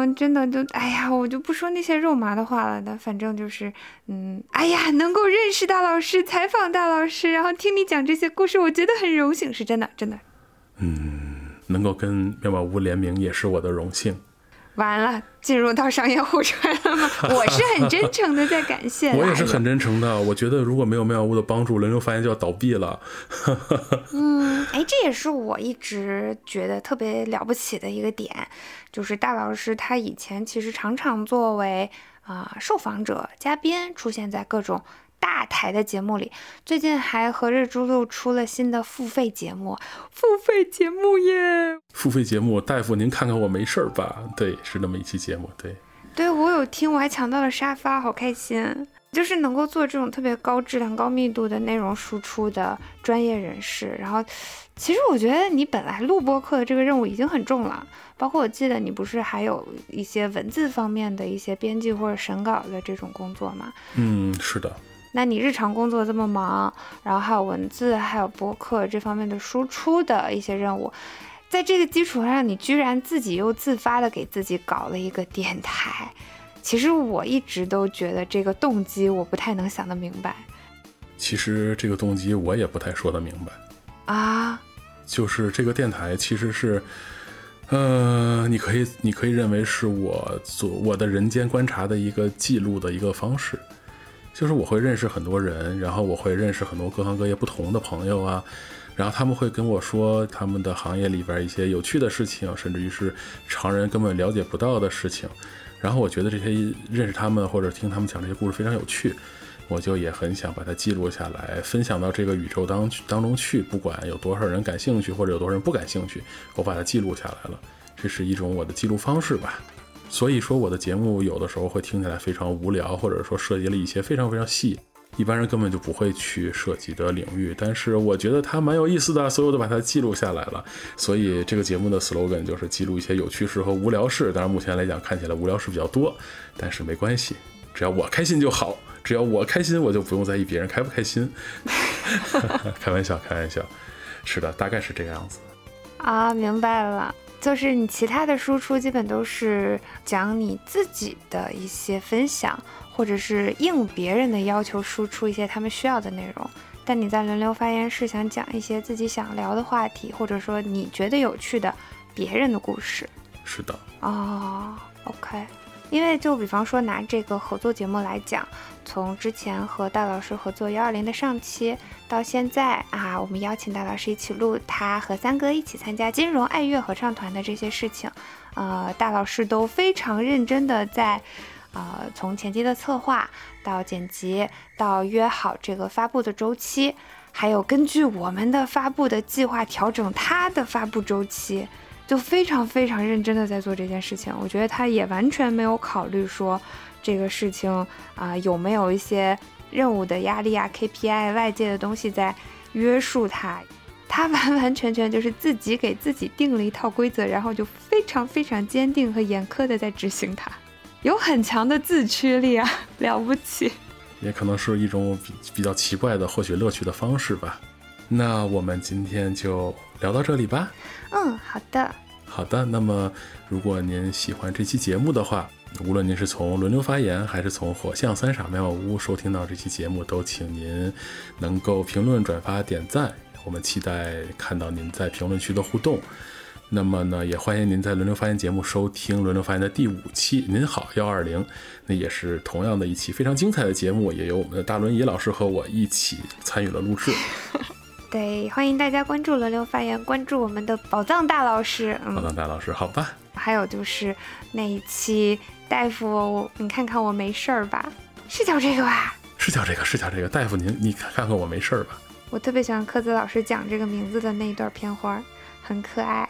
嗯，真的就哎呀，我就不说那些肉麻的话了的，反正就是嗯，哎呀，能够认识大老师，采访大老师，然后听你讲这些故事，我觉得很荣幸，是真的真的。 嗯，能够跟妙妙屋联名也是我的荣幸。 完了，进入到商业互传了吗？我是很真诚的在感谢。 我也是很真诚的，我觉得如果没有妙妙屋的帮助，轮流发言就要倒闭了。 嗯，哎，这也是我一直觉得特别了不起的一个点，就是大老师他以前其实常常作为啊、呃、受访者、嘉宾出现在各种大台的节目里，最近还和日之路出了新的付费节目，付费节目耶！ 付费节目，大夫您看看我没事吧？对，是那么一期节目，对， 对我有听，我还抢到了沙发，好开心！就是能够做这种特别高质量、高密度的内容输出的专业人士。然后，其实我觉得你本来录播课的这个任务已经很重了，包括我记得你不是还有一些文字方面的一些编辑或者审稿的这种工作吗？ 嗯，是的。 那你日常工作这么忙，然后还有文字，还有播客这方面的输出的一些任务，在这个基础上，你居然自己又自发的给自己搞了一个电台。其实我一直都觉得这个动机我不太能想得明白。 其实这个动机我也不太说得明白啊， 就是这个电台其实是呃，你可以你可以认为是我做我的人间观察的一个记录的一个方式。就是我会认识很多人，然后我会认识很多各行各业不同的朋友啊，然后他们会跟我说他们的行业里边一些有趣的事情，甚至于是常人根本了解不到的事情，然后我觉得这些认识他们或者听他们讲这些故事非常有趣，我就也很想把它记录下来，分享到这个宇宙当当中去，不管有多少人感兴趣或者有多少人不感兴趣，我把它记录下来了，这是一种我的记录方式吧。所以说我的节目有的时候会听起来非常无聊，或者说涉及了一些非常非常细一般人根本就不会去涉及的领域，但是我觉得它蛮有意思的，所以我都把它记录下来了。所以这个节目的 slogan 就是记录一些有趣事和无聊事，当然目前来讲看起来无聊事比较多，但是没关系，只要我开心就好，只要我开心我就不用在意别人开不开心。开玩笑开玩笑，是的，大概是这个样子啊，明白了。就是你其他的输出基本都是讲你自己的一些分享，或者是应别人的要求输出一些他们需要的内容，但你在轮流发言是想讲一些自己想聊的话题，或者说你觉得有趣的别人的故事。 是的。 哦 OK， 因为就比方说拿这个合作节目来讲，从之前和大老师合作一二零的上期到现在啊，我们邀请大老师一起录他和三哥一起参加金融爱乐合唱团的这些事情，呃，大老师都非常认真的在呃，从前期的策划到剪辑到约好这个发布的周期，还有根据我们的发布的计划调整他的发布周期，就非常非常认真的在做这件事情。我觉得他也完全没有考虑说这个事情啊、呃、有没有一些任务的压力啊 K P I 外界的东西在约束他，他完完全全就是自己给自己定了一套规则，然后就非常非常坚定和严苛的在执行它，有很强的自驱力啊，了不起。 也可能是一种 比, 比较奇怪的获取乐趣的方式吧。那我们今天就聊到这里吧。 嗯，好的好的。那么如果您喜欢这期节目的话，无论您是从轮流发言还是从火象三傻妙妙屋收听到这期节目，都请您能够评论转发点赞，我们期待看到您在评论区的互动。那么呢，也欢迎您在轮流发言节目收听轮流发言的第五期您好一二零，那也是同样的一期非常精彩的节目，也由我们的大轮椅老师和我一起参与了录制。 对，欢迎大家关注轮流发言，关注我们的宝藏大老师。嗯， 宝藏大老师，好吧。 还有就是那一期大夫，你看看我没事儿吧？是叫这个吧？ 是叫这个，是叫这个。大夫您，你看看我没事儿吧？ 我特别喜欢科子老师讲这个名字的那一段片花，很可爱。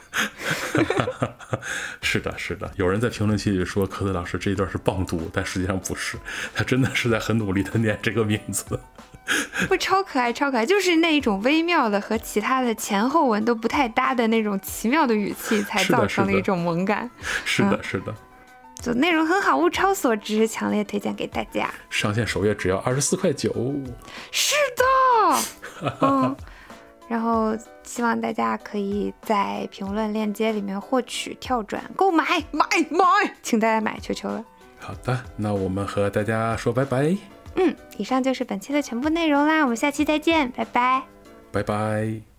是的，是的。有人在评论区里说科子老师这一段是棒读，但实际上不是，他真的是在很努力的念这个名字。 不，超可爱，超可爱，就是那一种微妙的和其他的前后文都不太搭的那种奇妙的语气，才造成了一种萌感。 是的，是的。嗯， 就内容很好，物超所值，强烈推荐给大家。 上线首页只要二十四块九。 是的。嗯。 然后希望大家可以在评论链接里面获取跳转购买买买，请大家买，求求了。 好的，那我们和大家说拜拜。 嗯，以上就是本期的全部内容啦，我们下期再见，拜拜， 拜拜。